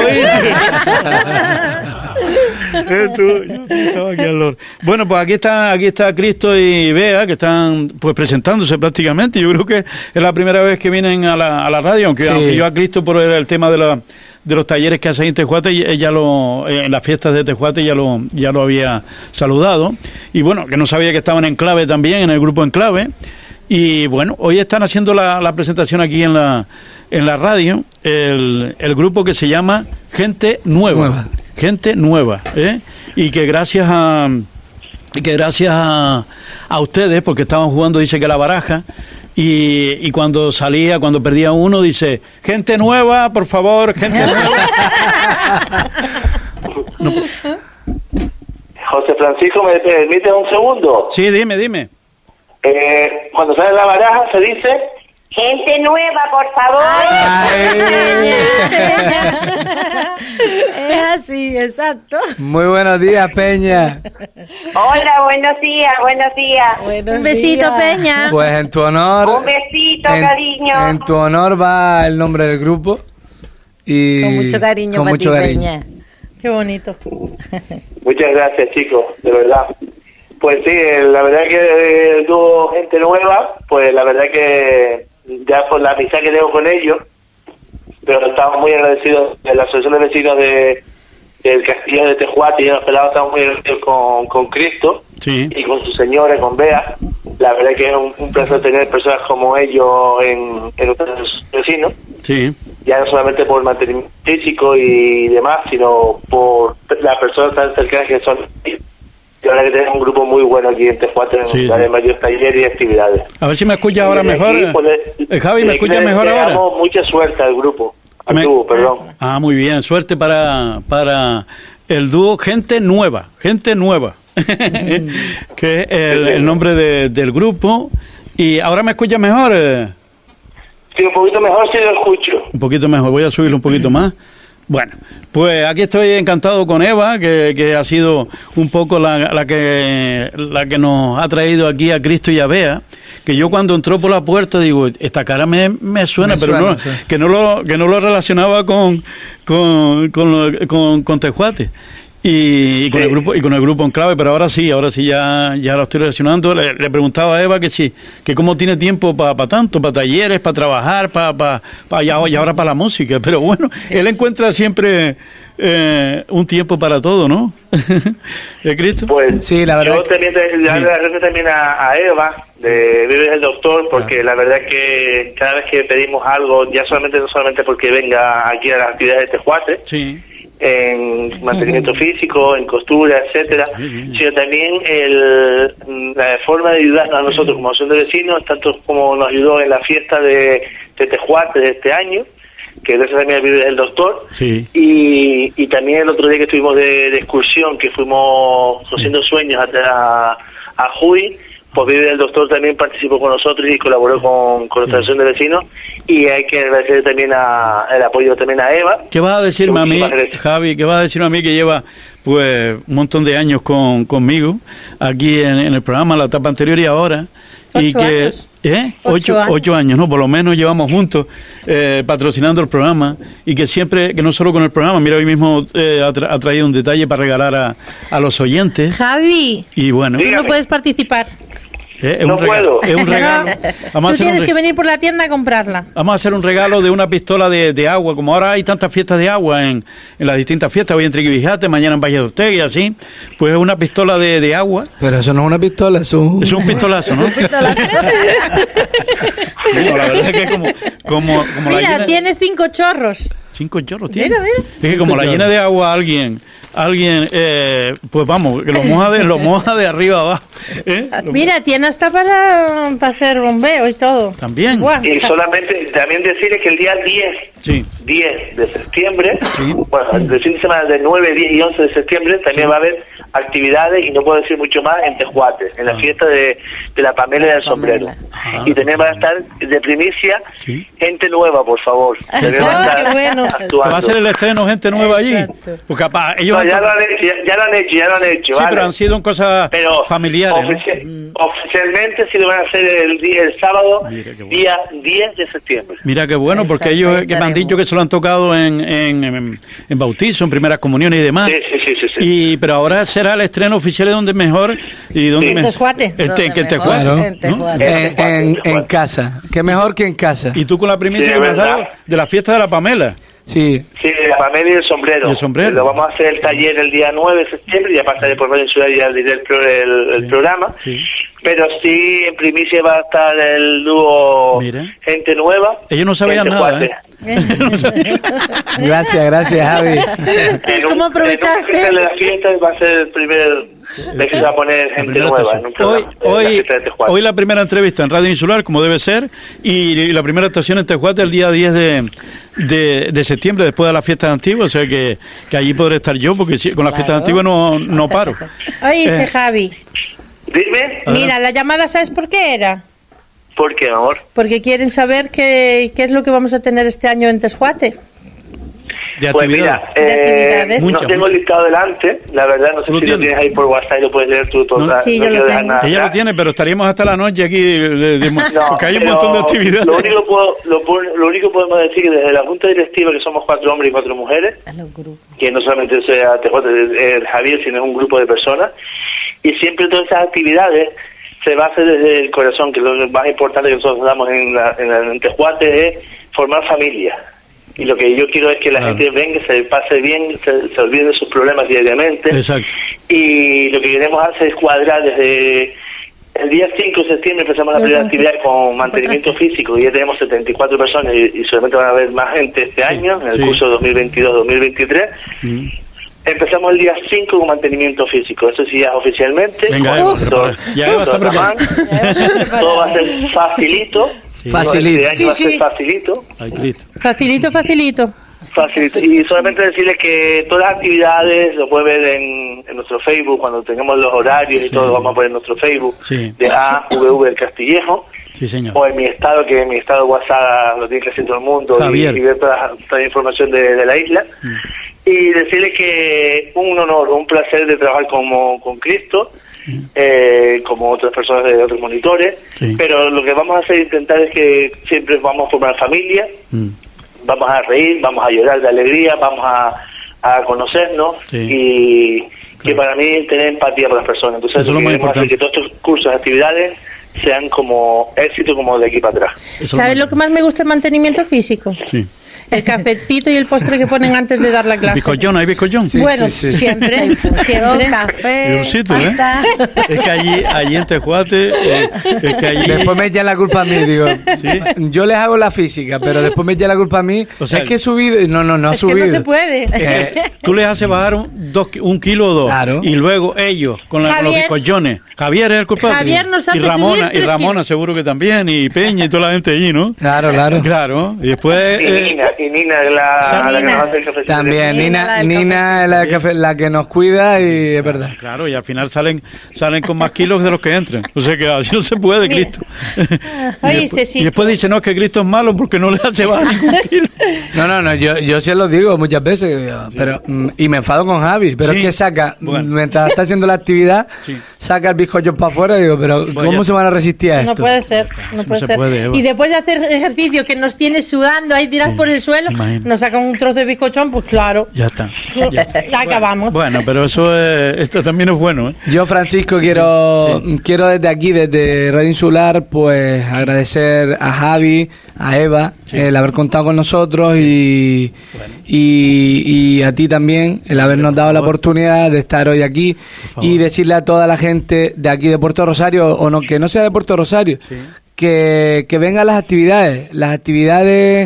oíste. Eh, tú, yo tú estaba aquí al lado. Bueno, pues aquí está, aquí está Cristo y Bea, que están pues presentándose prácticamente. Yo creo que es la primera vez que vienen a la, a la radio, aunque, Sí. aunque yo a Cristo por el tema de la de los talleres que hace en Tejuate, ella lo, en las fiestas de Tejuate ya lo, ya lo había saludado. Y bueno, que no sabía que estaban en Clave también, en el grupo En Clave. Y bueno, hoy están haciendo la, la presentación aquí en la, en la radio, el, el grupo que se llama Gente Nueva. Nueva. Gente Nueva, ¿eh? Y que gracias a y que gracias a, a ustedes, porque estaban jugando, dice que la baraja, y, y cuando salía, cuando perdía uno, dice, gente nueva, por favor, gente nueva. José Francisco, ¿me permite un segundo? Sí, dime, dime. Eh, cuando sale la baraja se dice... Gente nueva, por favor. Es así, exacto. Muy buenos días, Peña. Hola, buenos días, buenos días. Buenos Un besito, días. Peña. Pues en tu honor. Un besito, en, cariño. En tu honor va el nombre del grupo. Y Con mucho cariño con para mucho ti, cariño. Peña. Qué bonito. Muchas gracias, chicos, de verdad. Pues sí, la verdad que el dúo Gente Nueva, pues la verdad que ya por la amistad que tengo con ellos, pero estamos muy agradecidos de la Asociación de Vecinos de del Castillo de Tejuate y los pelados estamos muy agradecidos con, con Cristo Sí. y con su señora, con Bea. La verdad que es un, un placer tener personas como ellos en, en nuestros vecinos, Sí. ya no solamente por mantenimiento físico y demás, sino por las personas tan cercanas que son ellos. Y ahora que tenemos un grupo muy bueno aquí en Tejuate, en Sí, de sí. varios talleres y actividades. A ver si me escucha ahora Y desde mejor. aquí, pues, le- Eh, Javi, ¿me desde aquí escucha le mejor ahora? deseamos mucha suerte al grupo, al Me- dúo, perdón. Ah, muy bien. Suerte para, para el dúo Gente Nueva. Gente Nueva. Que es el, el nombre de- del grupo. Y ahora me escucha mejor. eh, Sí, un poquito mejor si lo escucho. Un poquito mejor. Voy a subirlo un poquito más. Bueno, pues aquí estoy encantado con Eva, que, que ha sido un poco la, la que la que nos ha traído aquí a Cristo y a Bea, que yo cuando entró por la puerta digo, esta cara me, me suena, Me pero suena, no, sí. que no lo que no lo relacionaba con con, con, lo- con, con Tejuate. y, y con Sí. el grupo y con el grupo en clave, pero ahora sí, ahora sí ya, ya lo estoy relacionando. Le, le preguntaba a Eva que sí, que cómo tiene tiempo para pa tanto, para talleres, para trabajar, para pa, pa, y ahora para la música, pero bueno, él encuentra siempre eh, un tiempo para todo, ¿no? ¿Eh, Cristo? Pues Sí, la verdad yo que- también te- le doy las gracias también a, a Eva de Vives el Doctor, porque la verdad que cada vez que pedimos algo, ya solamente no solamente porque venga aquí a las actividades de Tejuate, Sí. en mantenimiento físico, en costura, etcétera, Sí, sí, sí. sino también el, la forma de ayudarnos a nosotros como asociación de vecinos, tanto como nos ayudó en la fiesta de, de Tejuate de este año, que gracias también a Vives el Doctor, Sí. y, y también el otro día que estuvimos de, de excursión, que fuimos haciendo sueños a, a, a Juy, pues Vive el Doctor también participó con nosotros y colaboró con, con nuestra asociación de vecinos, y hay que agradecer también a, el apoyo también a Eva. ¿Qué vas a decirme a mí, Muchísimas gracias. Javi? ¿Qué vas a decirme a mí que lleva pues un montón de años con, conmigo aquí en, en el programa, la etapa anterior y ahora? Y Ocho que, años. ¿eh? Ocho Ocho, años. ocho años, ¿no? Por lo menos llevamos juntos eh, patrocinando el programa y que siempre, que no solo con el programa, mira, hoy mismo eh, ha, tra- ha traído un detalle para regalar a, a los oyentes Javi, y bueno, Sí. tú no puedes participar. eh, es, No un regalo, puedo. es un regalo. No. Vamos a Tú hacer un tienes re- que venir por la tienda a comprarla. Vamos a hacer un regalo de una pistola de, de agua, como ahora hay tantas fiestas de agua en, en las distintas fiestas, hoy en Triquibijate, mañana en Valle de Ortega y así, pues una pistola de, de agua, Pero eso no es una pistola, es un... es un pistolazo, ¿no? Sí, no, la verdad es que como, como, como la Mira, llena, tiene cinco chorros. cinco chorros tiene. Mira, mira. Es que como la llena de agua alguien, alguien, eh, pues vamos, que lo moja de, lo moja de arriba abajo. ¿eh? Lo Mira, tiene hasta para, para hacer bombeo y todo. También. Guau. Y solamente también decirles que el día diez, Sí. diez de septiembre, Sí. bueno, el fin de semana del nueve, diez y once de septiembre también va a haber actividades, y no puedo decir mucho más, en Tejuate, en la Ah. fiesta de, de la Pamela y del Sombrero. Ah. Y también van a estar de primicia Sí. gente nueva, por favor. También van a Ah, estar qué bueno. actuando. Va a ser el estreno gente nueva allí. Exacto. Pues capaz, ellos No, han ya to- lo han hecho, ya, ya lo han hecho, ya lo han hecho. sí, ¿vale? pero han sido en cosas Pero familiares, ¿no? ofici- oficialmente sí lo van a hacer el día el sábado, Mira qué bueno. día diez de septiembre. Mira qué bueno, porque Exacto, ellos ahí que me han estaremos. dicho que se lo han tocado en, en, en, en bautizo, en primeras comuniones y demás. Sí, sí, sí, sí, sí. Y, pero ahora será el estreno oficial de donde mejor y donde Sí. me- Tejuate. Este, Donde que en mejor, Tejuate, Claro. en Tejuate. ¿no? En, en, en casa. Qué mejor que en casa. Y tú con la primicia Sí, que me has ¿verdad? dado de la fiesta de la Pamela. Sí. Sí, la Pamela y el sombrero. Y el sombrero. Lo vamos a hacer el taller el día nueve de septiembre, y ya pasaré por Radio Ciudad y ya diré el, pro- el, el Sí, programa. sí. Pero sí, en primicia va a estar el dúo Mira. Gente Nueva. Ellos no sabían en nada, Tejuate. ¿eh? No sabían. Gracias, gracias, Javi. En ¿Cómo un- aprovechaste? En un de la fiesta va a ser el primer vez que se va a poner La Gente primera Nueva estación. en un Hoy, programa. en la hoy, fiesta de Tejuate. hoy la primera entrevista en Radio Insular, como debe ser, y la primera estación en Tejuate el día diez de, de, de septiembre, después de las fiestas antiguas, o sea que, que allí podré estar yo, porque si- con las fiestas antiguas no, no paro. Oíste, Eh. Javi. Dime, Mira, la llamada, ¿sabes por qué era? ¿por qué, amor? Porque quieren saber qué, qué es lo que vamos a tener este año en Tejuate. De Pues actividad. mira, De eh, actividades. no Muchas, tengo el muchas. listado delante, la verdad, no sé ¿Tú lo si lo tienes? tienes ahí por WhatsApp y lo puedes leer tú. No. total, Sí, yo lo quiero dejar tengo. nada Ella lo atrás. tiene, pero estaríamos hasta la noche aquí, de- de- de- No, porque hay un pero montón de actividades. Lo único, puedo- lo, pu- lo único que podemos decir es que desde la Junta Directiva, que somos cuatro hombres y cuatro mujeres, A los grupos. que no solamente sea Tejuate, el Javier, sino es un grupo de personas, y siempre todas esas actividades se va a hacer desde el corazón, que lo más importante que nosotros damos en, la, en, la- en Tejuate es formar familia. Y lo que yo quiero es que la Claro. gente venga, se pase bien, se, se olvide de sus problemas diariamente. Exacto. Y lo que queremos hacer es cuadrar desde el día cinco de septiembre, empezamos la primera actividad con mantenimiento físico, y ya tenemos setenta y cuatro personas, y, y solamente van a haber más gente este año, en el sí. curso dos mil veintidós dos mil veintitrés. Mm. Empezamos el día cinco con mantenimiento físico, eso sí ya oficialmente. Venga, con Eva, el doctor- prepara. Ya Eva está doctor preparada. Tamán. Todo va a ser facilito. Sí. Facilito. Este año Sí, va a ser sí. facilito. Ay, Cristo. Facilito, facilito. Facilito. Y solamente decirles que todas las actividades lo pueden ver en, en nuestro Facebook, cuando tengamos los horarios y Sí. todo, vamos a poner en nuestro Facebook Sí. de A V V del Castillejo, Sí, señor. o en mi estado, que en mi estado WhatsApp lo tiene que hacer todo el mundo, y, Javier. y ver toda, toda la información de, de la isla. Mm. Y decirles que un honor, un placer de trabajar como, con Cristo, eh, como otras personas de otros monitores, Sí. pero lo que vamos a hacer intentar es que siempre vamos a formar familia, Mm. vamos a reír, vamos a llorar de alegría, vamos a, a conocernos Sí. y que Claro. para mí tener empatía por las personas. Entonces, Eso es lo más queremos hacer importante. que todos estos cursos, actividades, sean como éxito, como de aquí para atrás. Eso ¿Sabes lo lo que más me gusta? El mantenimiento físico. Sí. El cafecito y el postre que ponen antes de dar la clase. Bizcochón, ¿hay bizcochón? Sí, bueno, sí, sí. siempre, siempre. café, Dulcito, ¿eh? pasta. Es que allí, allí en Tejuate, eh, es que allí... Después me echa la culpa a mí, digo. ¿Sí? Yo les hago la física, pero después me echa la culpa a mí. O sea, es que he subido. No, no, no ha Es que subido. no se puede. Eh, Tú les haces bajar un, dos, un kilo o dos. Claro. Y luego ellos, con, la, con los Javier- bizcochones. Javier es el culpable. Javier nos hace y Ramona, subir y tres Ramona kilos. seguro que también, y Peña y toda la gente allí, ¿no? Claro, claro. Claro. Y después... Y eh, Nina, y Nina, la, la que Nina. nos hace el cafecito. También, Nina, Nina, la del Nina es la, que, la que nos cuida y es verdad. Claro, y al final salen salen con más kilos de los que entran. O sea que así no se puede, Mira. Cristo. y, Oíste, después, sí. y después dice, no, es que Cristo es malo porque no le hace bajar ningún kilo. No, no, no, yo, yo se lo digo muchas veces, pero mm, y me enfado con Javi, pero Sí. es que saca, Bueno. mientras está haciendo la actividad, Sí. saca el bizcocho para afuera y digo, pero Bueno, ¿cómo ya- se van a resistir a esto? No puede ser, no No puede se ser. puede, Eva. Y después de hacer ejercicio que nos tiene sudando ahí tirados Sí, por el suelo, imagino. nos sacan un trozo de bizcochón, pues claro, Ya está. Ya está. acabamos. Bueno, pero eso es, esto también es bueno, ¿eh? Yo, Francisco, quiero, Sí. quiero desde aquí, desde Radio Insular, pues agradecer a Javi, a Eva, Sí. el haber contado con nosotros y, y, y a ti también, el habernos dado la oportunidad de estar hoy aquí favor. y decirle a toda la gente de aquí de Puerto Rosario, o no, que no sea de Puerto Rosario, Sí. que, que vengan las actividades, las actividades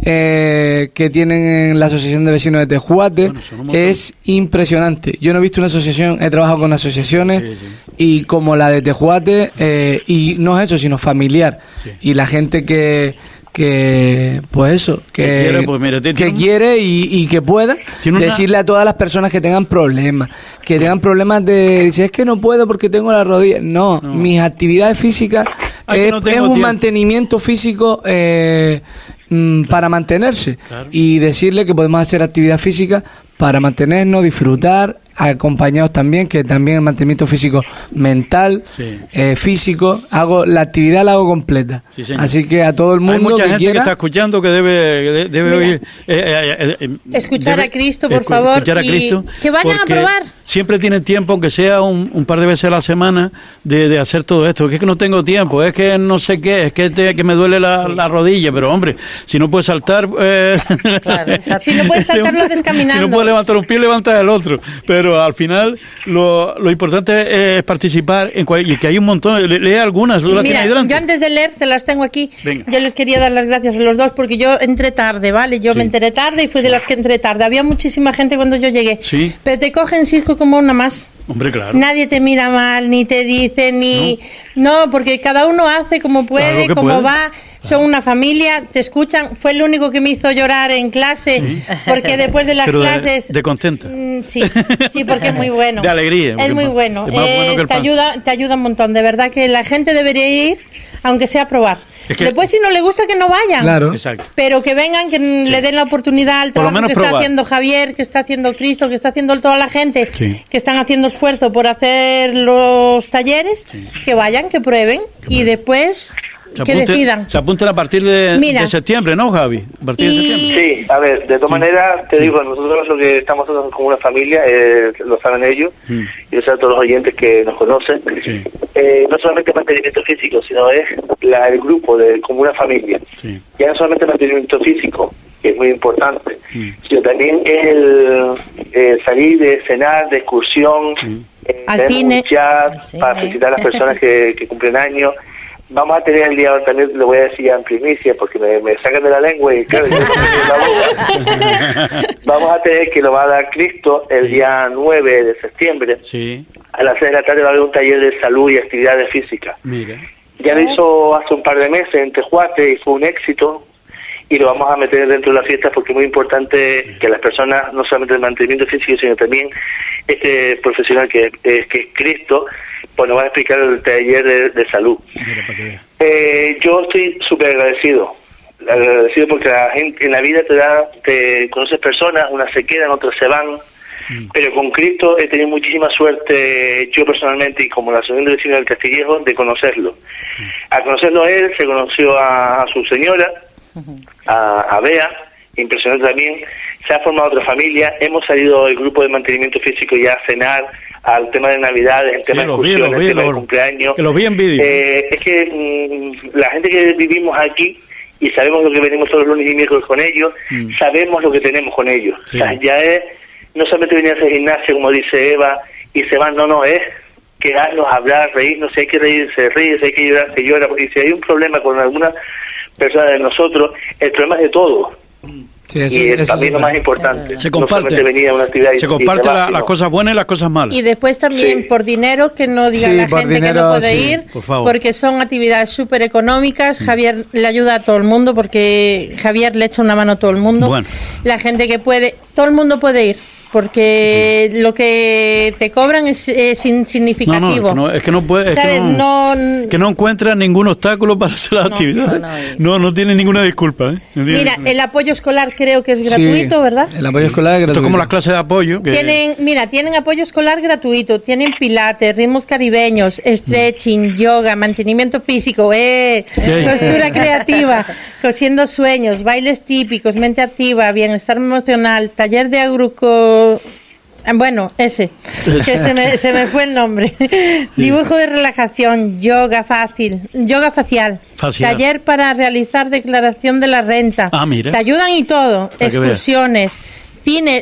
eh, que tienen en la Asociación de Vecinos de Tejuate. Bueno, son un montón. Es impresionante. Yo no he visto una asociación, he trabajado con asociaciones Sí, sí. y como la de Tejuate, eh, y no es eso, sino familiar. Sí. Y la gente que, que pues eso, que, Que quiere, pues mira, tiene que un- quiere y, y que pueda Tiene una- decirle a todas las personas que tengan problemas, que tengan problemas de, si es que no puedo porque tengo la rodilla. No, No. mis actividades físicas Ah, que es, no es tengo un tiempo. mantenimiento físico eh, mm, para mantenerse. Claro. Y decirle que podemos hacer actividad física para mantenernos, disfrutar, acompañados también, que también el mantenimiento físico mental, Sí. eh, físico, hago la actividad la hago completa. Sí, señor. Así que a todo el Hay mundo mucha que gente quiera, que está escuchando que debe, que de- debe Mira. oír. eh, eh, eh, eh, Escuchar debe a Cristo, por escu- favor, Escuchar a y Cristo. que vayan a porque probar. Siempre tienen tiempo, aunque sea un, un par de veces a la semana, de, de hacer todo esto. Es que no tengo tiempo, es que no sé qué, es que, te- que me duele la, la rodilla. Pero hombre, si no puedes saltar. Eh, Claro, exacto. Si no puedes saltar, lo haces Si caminando. no puedes levantar un pie, levantas el otro. Pero al final, lo, lo importante es participar en cual- y que hay un montón. Le- Lee algunas, tú las tienes Mira, ahí delante. yo antes de leer, te las tengo aquí. Venga. Yo les quería dar las gracias a los dos porque yo entré tarde, ¿vale? Yo Sí. me enteré tarde y fui de las que entré tarde. Había muchísima gente cuando yo llegué. Sí. Pero te cogen, Cisco, como una más. Hombre, claro. Nadie te mira mal, ni te dice, ni... No, porque cada uno hace como puede, Claro que como puede. va. Son una familia, te escuchan. Fue el único que me hizo llorar en clase, porque después de las Pero de- clases... de contenta. Mm, sí, sí, porque es muy bueno. De alegría, porque Es muy es más- bueno. es más bueno Eh, que el te, pan. ayuda, te ayuda un montón. De verdad que la gente debería ir, aunque sea a probar. Es que- Después, si no le gusta, que no vayan. claro. Exacto. Pero que vengan, que le den la oportunidad al Por lo trabajo menos que está probar. haciendo Javier, que está haciendo Cristo, que está haciendo toda la gente, Sí. que están haciendo esfuerzo por hacer los talleres, que vayan, que prueben y después Se que apunten- decidan. Se apuntan a partir de, Mira. de septiembre, ¿no, Javi? A partir Y- de septiembre. Sí, a ver, de todas maneras, te digo, nosotros lo que estamos haciendo como una familia, eh, lo saben ellos, Mm. y lo saben todos los oyentes que nos conocen. Sí. Eh, no solamente mantenimiento físico, sino es la, el grupo de como una familia. Sí. Ya no solamente mantenimiento físico, que es muy importante, Mm. sino también el, eh, salir de cenar, de excursión, Sí. eh, Al tenemos cine. un chat Al cine. para felicitar a las personas que, que cumplen años. Vamos a tener el día, también lo voy a decir ya en primicia, porque me, me sacan de la lengua y claro, yo no tengo la boca. Vamos a tener que lo va a dar Cristo el Sí. día nueve de septiembre. Sí, A las seis de la tarde va a haber un taller de salud y actividades físicas. mira. Ya lo hizo hace un par de meses en Tejuate y fue un éxito, y lo vamos a meter dentro de la fiesta porque es muy importante que las personas, no solamente el mantenimiento físico, sino también este profesional que, es que es Cristo, pues nos va a explicar el taller de, de salud. Mira, para que veas. Eh, yo estoy súper agradecido, agradecido porque la gente en la vida te da, te conoces personas, unas se quedan, otras se van, Mm. pero con Cristo he tenido muchísima suerte, yo personalmente y como la Asociación de Vecinos del Castillejo, de conocerlo. Al conocerlo a él, se conoció a, a su señora, a, a Bea, impresionante también. Se ha formado otra familia, hemos salido el grupo de mantenimiento físico ya a cenar, al tema de Navidades, el tema Sí, de los vi, excursiones, los vi, el tema de los- cumpleaños. que los vi en vídeo. Eh, es que mm, la gente que vivimos aquí y sabemos lo que venimos todos los lunes y miércoles con ellos, Mm. sabemos lo que tenemos con ellos. Sí. O sea, ya es, no solamente venir a hacer gimnasia, como dice Eva, y se van, no, no, es quedarnos, hablar, reírnos, si hay que reír, se ríe, si hay que llorar, se llora, porque si hay un problema con alguna persona de nosotros, el problema es de todos. Sí, eso, Y es eso también sí, lo más pero- importante. Se No comparte. solamente venir a una actividad y- Se y comparte te vas, la- sino- las cosas buenas y las cosas malas. Y después también Sí. por dinero, que no diga Sí, la por gente que dinero, no puede sí. ir, Por favor. porque son actividades súper económicas. Javier le ayuda a todo el mundo, porque Javier le echa una mano a todo el mundo. Bueno. La gente que puede, todo el mundo puede ir, porque lo que te cobran es, es No, no, es insignificativo. que no, es que no puede, es que ¿Sabes? no, No- que no encuentra ningún obstáculo para hacer la No, actividad. no, no, y- No, no tiene ninguna disculpa. ¿eh? No tiene Mira, ninguna- el apoyo escolar creo que es Sí, gratuito, ¿verdad? El apoyo escolar es Esto gratuito. es como las clases de apoyo. Que, Tienen, mira, tienen apoyo escolar gratuito, tienen pilates, ritmos caribeños, stretching, yoga, mantenimiento físico, eh, Sí. costura creativa, cosiendo sueños, bailes típicos, mente activa, bienestar emocional, taller de agruco... Bueno, ese, que se me, se me fue el nombre. Dibujo de relajación, yoga fácil, yoga facial, Facial. taller para realizar declaración de la renta. Ah, mira. Te ayudan y todo, que veas. excursiones. Cine,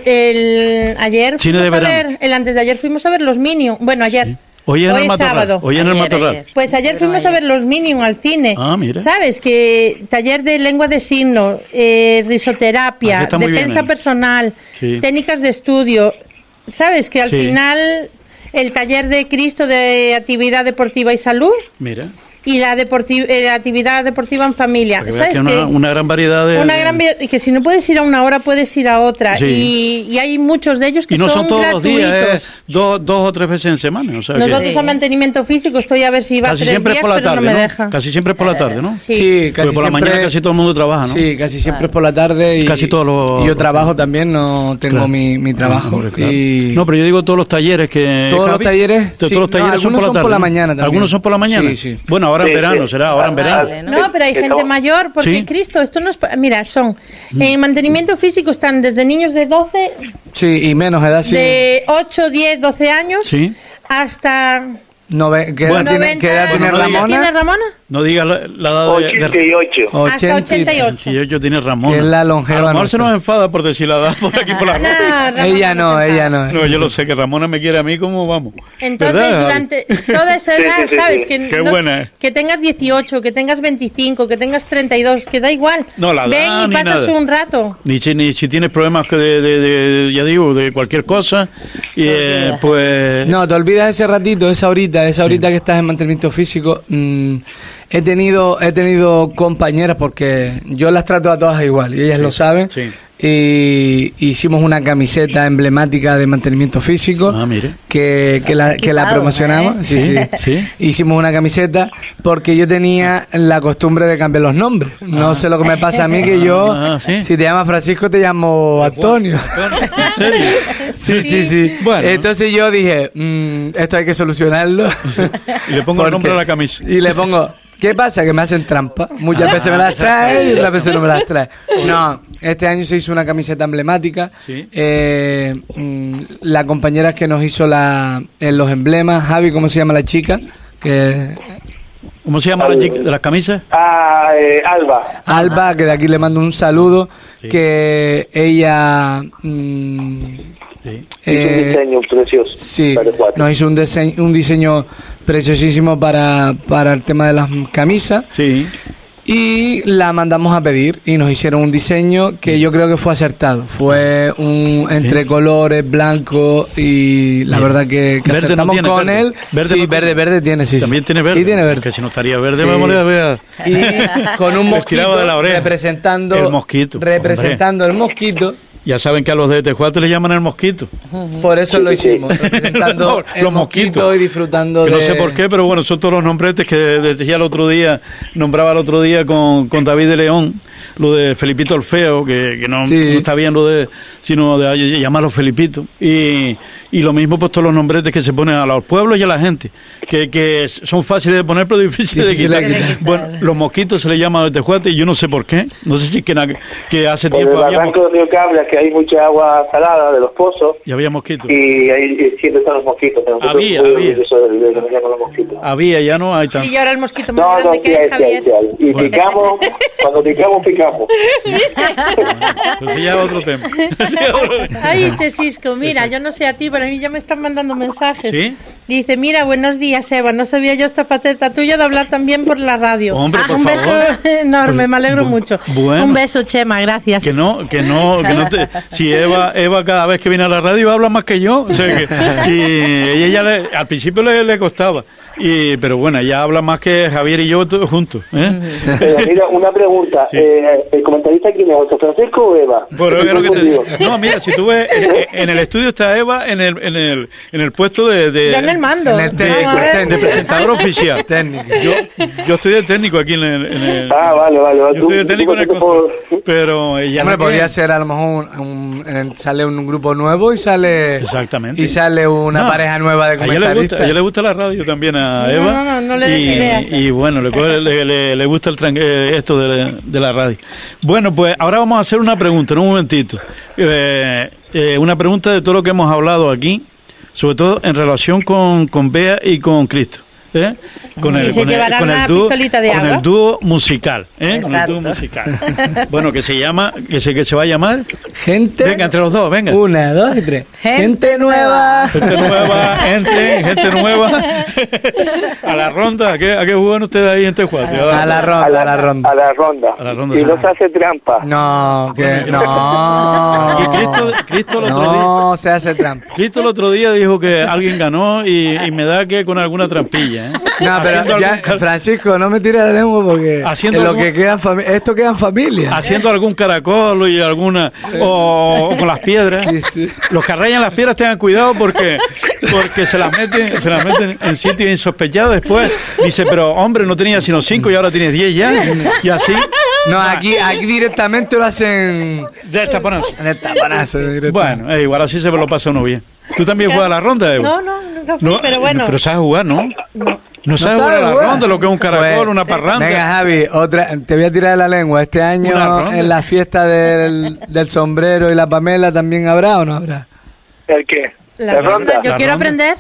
el ayer Cine de fuimos a verano. ver, el antes de ayer fuimos a ver los Minions. Bueno, ayer. Hoy en el es Matorral. sábado. Hoy en el Ayer, Matorral. ayer. Pues ayer Pero fuimos a ayer. ver los Minions al cine. Ah, mira. ¿Sabes? Que taller de lengua de signos, eh, risoterapia, Ah, sí, está muy defensa bien, ¿eh? personal, Sí. técnicas de estudio. ¿Sabes? Que al Sí. final el taller de Cristo de actividad deportiva y salud Mira, y la, deporti- eh, la actividad deportiva en familia. para que veas ¿Sabes? que hay una, que- una gran variedad de... una gran vi- y que si no puedes ir a una hora puedes ir a otra. Sí. Y, y hay muchos de ellos que Y no son, todos gratuitos. los días, es dos, dos o tres veces en semana. O sea que Nosotros Sí. a mantenimiento físico estoy a ver si va casi tres siempre es días, por la pero tarde, no me ¿no? deja. Casi siempre es por la tarde, ¿no? Sí. Sí, casi Porque por la siempre- mañana casi todo el mundo trabaja, ¿no? Sí, casi siempre es por la tarde y, Casi todos los- y yo trabajo también, no tengo Claro. mi, mi trabajo. Hombre, claro. y No, pero yo digo todos los talleres que... Todos los Javi, talleres, Todos sí. los talleres No, son por la algunos son tarde. por la ¿no? mañana también. ¿Algunos son por la mañana? Sí, sí. Bueno, ahora en Sí, verano, sí. será, ahora en verano. Vale, ¿no? No, pero hay Que gente no. mayor, porque Sí. Cristo, esto no es... pa- Mira, son... En mantenimiento físico están desde niños de doce, Sí, y menos edad, sí. de ocho, diez, doce años, Sí. hasta... Nove- ¿Qué edad Bueno, tiene, qué edad Bueno, tiene no digas- Ramona? ¿Tiene Ramona? No digas la, la edad de... ochenta de y ocho. Hasta ochenta y ocho. si yo tiene Ramón. Que es la longeva A lo mejor se nuestra. nos enfada por decir la edad por aquí por la No, Ramona Ella no, se ella enfada. no. No, yo lo sé, que Ramona me quiere a mí como vamos. Entonces, ¿Verdad, Javi? durante toda esa Sí, edad, sí, sí, ¿sabes? sí. Que, Qué buena es. que tengas dieciocho, que tengas veinticinco, que tengas treinta y dos, que da igual. No, la edad Ven y ni pasas nada. un rato. Ni si, ni si tienes problemas que de, de, de- ya digo, de cualquier cosa, y eh, olvidas. pues... No, te olvidas ese ratito, esa horita, esa horita que estás en mantenimiento físico. mm, he tenido he tenido compañeras, porque yo las trato a todas igual y ellas lo saben. Sí. Y hicimos una camiseta emblemática de mantenimiento físico Ah, mire. que, que la, que la Equipado, promocionamos. ¿eh? Sí, sí. Sí. Hicimos una camiseta porque yo tenía la costumbre de cambiar los nombres. No sé lo que me pasa a mí, que yo, Ah, ¿sí? si te llamas Francisco, te llamo Antonio. Antonio, ¿en serio? Sí, sí, sí. Bueno. Entonces yo dije, mm, esto hay que solucionarlo. Y le pongo el nombre Porque- a la camisa. Y le pongo, ¿qué pasa? Que me hacen trampa. Muchas veces me las trae y otras veces no me las trae. No, este año se hizo una camiseta emblemática. Sí. Eh, mm, la compañera que nos hizo la, en los emblemas, Javi, ¿cómo se llama la chica? Que ¿Cómo se llama la chica de las camisas? Ah, eh, Alba. Alba, que de aquí le mando un saludo, Sí. que ella mm, Sí. Hizo un eh, diseño precioso. sí, para el cuatro. nos hizo un diseño, un diseño preciosísimo para, para el tema de las camisas. Sí. Y la mandamos a pedir y nos hicieron un diseño que yo creo que fue acertado. Fue un entre Sí. colores, blanco, y la Bien. verdad que, que Verde no acertamos tiene, con verde. él. Verde sí, no verde, tiene. verde tiene, sí. sí. También tiene verde. Sí, tiene verde. Que si no estaría verde, Sí. me moría, vea. Y con un Me mosquito tiraba de la oreja. representando El mosquito, representando el mosquito. Ya saben que a los de Tejuate le llaman el mosquito. Por eso lo hicimos, representando No, el los mosquito mosquitos. y disfrutando Que de... no sé por qué, pero bueno, son todos los nombretes que decía el otro día, nombraba el otro día con, con David de León, lo de Felipito el Feo, que, que no, Sí. no está bien lo de, sino de llamarlo Felipito. Y, y lo mismo, pues todos los nombretes que se ponen a los pueblos y a la gente, que, que son fáciles de poner, pero difíciles de Difíciles quitar. de quitar. Bueno, los mosquitos se le llaman de Tejuate y yo no sé por qué. No sé si es que, na- que hace Por el tiempo había, barranco mos- de Río Cabras, que hay mucha agua salada de los pozos, y había mosquitos. y ahí siempre están los mosquitos. pero nosotros Había, muy había. orgullosos de- de que nos llaman los mosquitos. Había, ya no hay tanto. Y ahora el mosquito más No, no, grande sí que hay, hay, sí hay, Javier. sí hay. Y Bueno. picamos, cuando picamos, picamos. Pues sí, ya es otro tema. Ay, este Cisco, mira, yo no sé a ti, pero a mí ya me están mandando mensajes. ¿Sí? Dice, mira, buenos días, Eva, no sabía yo esta faceta tuya de hablar también por la radio. Hombre, por Un favor. beso enorme, Pues, me alegro bu- mucho. bueno. Un beso, Chema, gracias. Que no, que no, que no te... Si Eva, Eva cada vez que viene a la radio habla más que yo, o sea que, y, y ella le- al principio le, le costaba, y, pero bueno, ella habla más que Javier y yo todos juntos, ¿eh? Pero mira, una pregunta. Sí. Eh, ¿El comentarista quién es? ¿José Francisco o Eva? Pero es lo que te Estoy digo. confundido. No, mira, si tú ves, en, en el estudio está Eva en el, en el, en el puesto de, de, Yo en el mando. En el técnico, Vamos a ver. el de presentador oficial. Técnico. Yo, yo estoy de técnico aquí en el, en el- Ah, vale, vale. vale. yo Tú- estoy de tú técnico en el contaste por- control, pero ella Hombre, no podría quiere. ser a lo mejor un, un- en el- sale un grupo nuevo y sale Exactamente. y sale una No, pareja nueva de a ella le gusta, comentaristas. a ella le gusta la radio también a No, Eva. no, no, no le des y, ideas. y bueno, le, coge- le, le- le gusta el tran- eh, esto de, de la radio. Bueno, pues ahora vamos a hacer una pregunta, en un momentito. Eh, eh, una pregunta de todo lo que hemos hablado aquí, sobre todo en relación con, con Bea y con Cristo. ¿eh? Con ¿Y se con llevarán con la dúo, pistolita de con agua? el dúo musical, ¿eh? Con el Exacto. dúo musical. Bueno, que se llama, que se, que se va a llamar. Gente. Venga, entre los dos, venga. Una, dos y tres. Gente Gente nueva. Gente nueva, entre, gente nueva. A la ronda, ¿a qué, a qué juegan ustedes ahí en Tejuate? A la A ronda, la, a la ronda. A la ronda. A la ronda, Y sí. no se hace trampa. No, que Y no. Cristo, Cristo el otro día. No se hace trampa. Cristo el otro día dijo que alguien ganó y, y me da que con alguna trampilla, ¿eh? No, pero Haciendo ya, algún cal- Francisco, no me tires la lengua porque Haciendo en lo algún- que queda en fami- esto queda en familia. haciendo algún caracol y alguna o, o con las piedras. Sí, sí. Los que rayan las piedras tengan cuidado porque porque se las meten se las meten en sitios insospechados. Después dice, pero hombre, no tenía sino cinco y ahora tienes diez ya, y así No, aquí, aquí directamente lo hacen de esta ponazo. en el taponazo. directamente. Bueno, eh, igual así se lo pasa uno bien. ¿Tú también juegas a la ronda, Evo? No, no, nunca fui, No, pero bueno. Pero sabes jugar, ¿no? No. No sabes ¿No jugar a la sabes jugar? ronda, lo que es un caracol, Pues, una parranda. Venga, Javi, otra, te voy a tirar de la lengua. Este Una año ronda. en la fiesta del, del sombrero y la Pamela también habrá o no habrá. ¿El qué? La, La, ronda, ronda. yo La quiero ronda. aprender.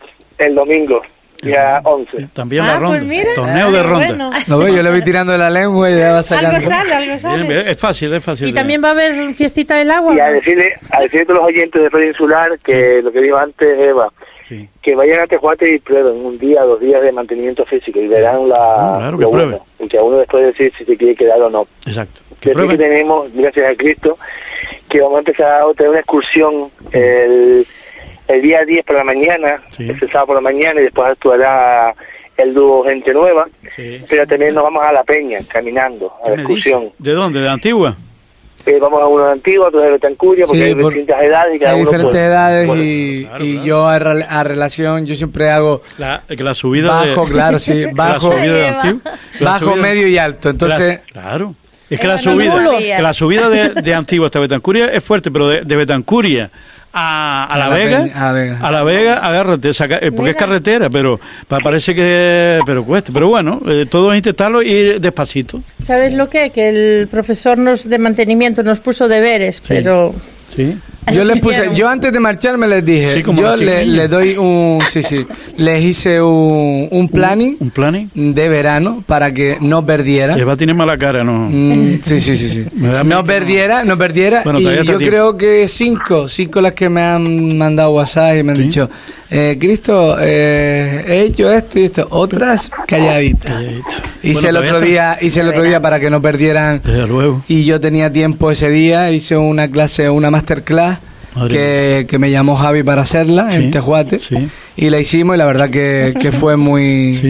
El domingo, día once. También Ah, la ronda. pues mira. Torneo de Ah, ronda. bueno. Lo veo, yo le voy tirando de la lengua y ya va sacando. Algo sale, algo Bien, sale. bien, es fácil, es fácil. Y también va a haber fiestita del agua. Y a ¿no? decirle, a decirle a todos los oyentes de Feria Insular que lo que dijo antes Eva, Sí. que vayan a Tejuate y prueben un día, dos días de mantenimiento físico y verán la, Ah, claro, que lo prueben. bueno. Y que a uno después decir si se quiere quedar o no. Exacto. Que Decir que prueben. tenemos, gracias a Cristo, que vamos a empezar a tener una excursión el, el día diez por la mañana, Sí. ese sábado por la mañana, y después actuará el dúo Gente Nueva, Sí. pero también nos vamos a La Peña, caminando, a ¿Qué la me excursión. dices? ¿De dónde? ¿De Antigua? Eh, vamos a uno de Antigua, otro de Betancuria, porque Sí, hay por- distintas edades y cada Hay uno diferentes por- edades por- y, Claro, y claro. yo a, rel- a relación, yo siempre hago La, que la subida bajo, de... claro, sí, la bajo, subida de Antigua. que la bajo, subida- medio y alto. Entonces, La- claro. Es que Eva, la no subida, nulo. que la subida de, de Antigua hasta Betancuria es fuerte, pero de, de Betancuria a, a, A la, la Vega, Peña, a la Vega. a la Vega, agárrate, saca- eh, porque Mira. es carretera, pero pa- parece que pero cuesta. Pero bueno, eh, todo es intentarlo y ir despacito. ¿Sabes lo que? Que el profesor nos de mantenimiento nos puso deberes, pero... Sí. yo les puse, yo antes de marcharme les dije, Sí, como yo los le, chiquillos. le doy un, sí, sí, les hice un, un planning ¿Un planning? de verano para que no perdiera. Eva tiene mala cara, ¿no? Mm, sí, sí, sí, sí. Me da No miedo. perdiera, no perdiera. Bueno, y todavía está yo tiempo. creo que cinco, cinco las que me han mandado WhatsApp y me han Sí. dicho, eh, Cristo, eh, he hecho esto y esto, otras calladitas. Calladito. Hice Bueno, el todavía otro está- día, hice el otro día para que no perdieran. Desde luego. Y yo tenía tiempo ese día, hice una clase, una masterclass Madre que, que me llamó Javi para hacerla Sí, en Tejuate. sí. Y la hicimos y la verdad que, que fue muy... Sí.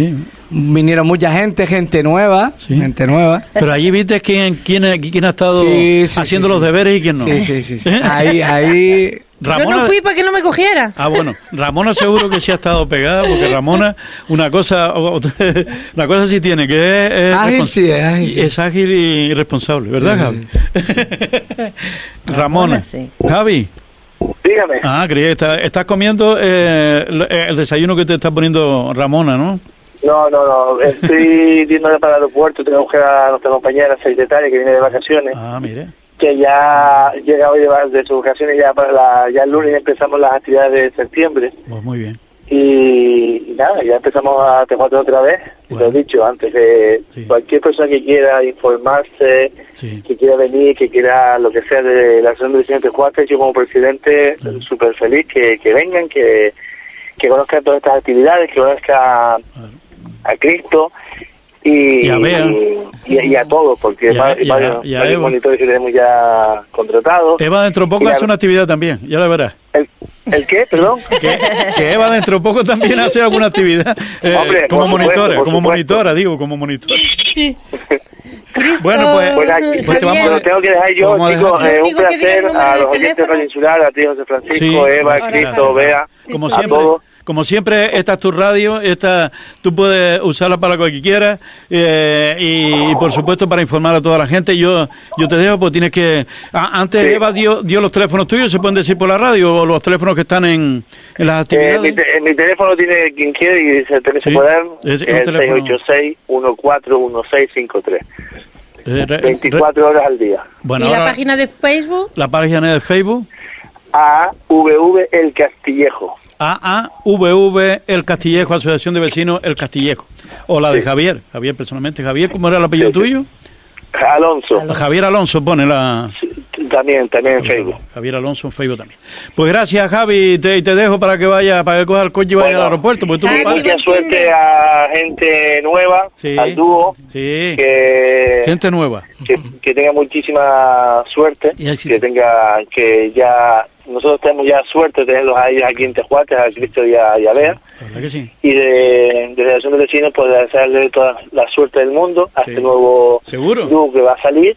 vinieron mucha gente, gente nueva, Sí. gente nueva. Pero allí viste quién, quién, quién ha estado Sí, sí, haciendo sí, los sí. deberes y quién no. Sí, sí, sí. sí. Ahí, ahí. Ramona, Yo no fui para que no me cogiera. Ah, bueno, Ramona seguro que sí ha estado pegada, porque Ramona, una cosa, una cosa sí tiene, que es, es Ágil, respons- sí, es ágil, sí. es ágil y responsable, ¿verdad, Sí, Javi? Ramona, sí. Javi, Dígame. ah, creía que está- estás comiendo eh, el, el desayuno que te está poniendo Ramona, ¿no? No, no, no. Estoy yendo para el aeropuerto. Tengo que buscar a nuestra compañera secretaria que viene de vacaciones. Ah, mire. Que ya llega hoy de, va- de sus vacaciones. Ya para la, ya el lunes empezamos las actividades de septiembre. Pues muy bien. Y, y nada, ya empezamos a T cuatro otra vez. Bueno. Lo he dicho antes, que Sí. cualquier persona que quiera informarse, Sí. que quiera venir, que quiera lo que sea de la Asociación de Vecinos de Cuatro, yo como presidente Claro. súper feliz que, que vengan, que, que conozcan todas estas actividades, que conozcan Claro. a Cristo y, Y a Bea. y, y a todos, porque Y a- va- y a- varios, y a varios Eva. monitores que tenemos ya contratados. Eva dentro de poco Y la- hace una actividad también, ya la verás. ¿El, ¿El qué? Perdón. Que, que Eva dentro de poco también hace alguna actividad eh, Hombre, como por supuesto, monitora, por como supuesto. monitora, digo, como monitora. Sí. Cristo, Bueno, pues- Pues aquí, Pues te Javier, vamos lo tengo que dejar yo, Vamos a chicos. dejar. eh, Lo un único que diga el placer número a de los oyentes de teléfono. Radio Insular, a ti, José Francisco, Sí, Eva, gracias. Cristo, Bea, Como A siempre, todos. como siempre, esta es tu radio, esta, tú puedes usarla para lo que quieras eh, y, y, por supuesto para informar a toda la gente. Yo yo te dejo, pues tienes que... a- antes Sí. Eva dio, dio los teléfonos tuyos, ¿se pueden decir por la radio o los teléfonos que están en, en las Eh, actividades? mi, te- mi teléfono tiene quien quiere y se tiene Sí, que poder, es es un el teléfono. seis ocho seis, uno cuatro uno seis cinco tres. Eh, re- re- veinticuatro horas al día. bueno, ¿Y la ahora, página de Facebook? la página de Facebook, A V V El Castillejo. A A V V El Castillejo, Asociación de Vecinos El Castillejo. O la de Sí. Javier, Javier personalmente. Javier, ¿cómo era el apellido Sí, sí. tuyo? Alonso. Javier Alonso pone la... También, también en Facebook. Javier Alonso en Facebook también. Pues gracias, Javi, te, y te dejo para que vaya, para que coja el coche y vaya Bueno, al aeropuerto, porque tú Javi, me pagas. Mucha buen suerte fin de- a gente nueva, Sí. al dúo, Sí, que, gente nueva. que, que tenga muchísima suerte, Y éxito. que tenga, que ya, nosotros tenemos ya suerte de tenerlos a ellos aquí en Tejuates, a Cristo y a, y a Bea, La verdad que sí. y de, de Relación de Vecinos, pues desearle toda la suerte del mundo a Sí. este nuevo ¿Seguro? dúo que va a salir,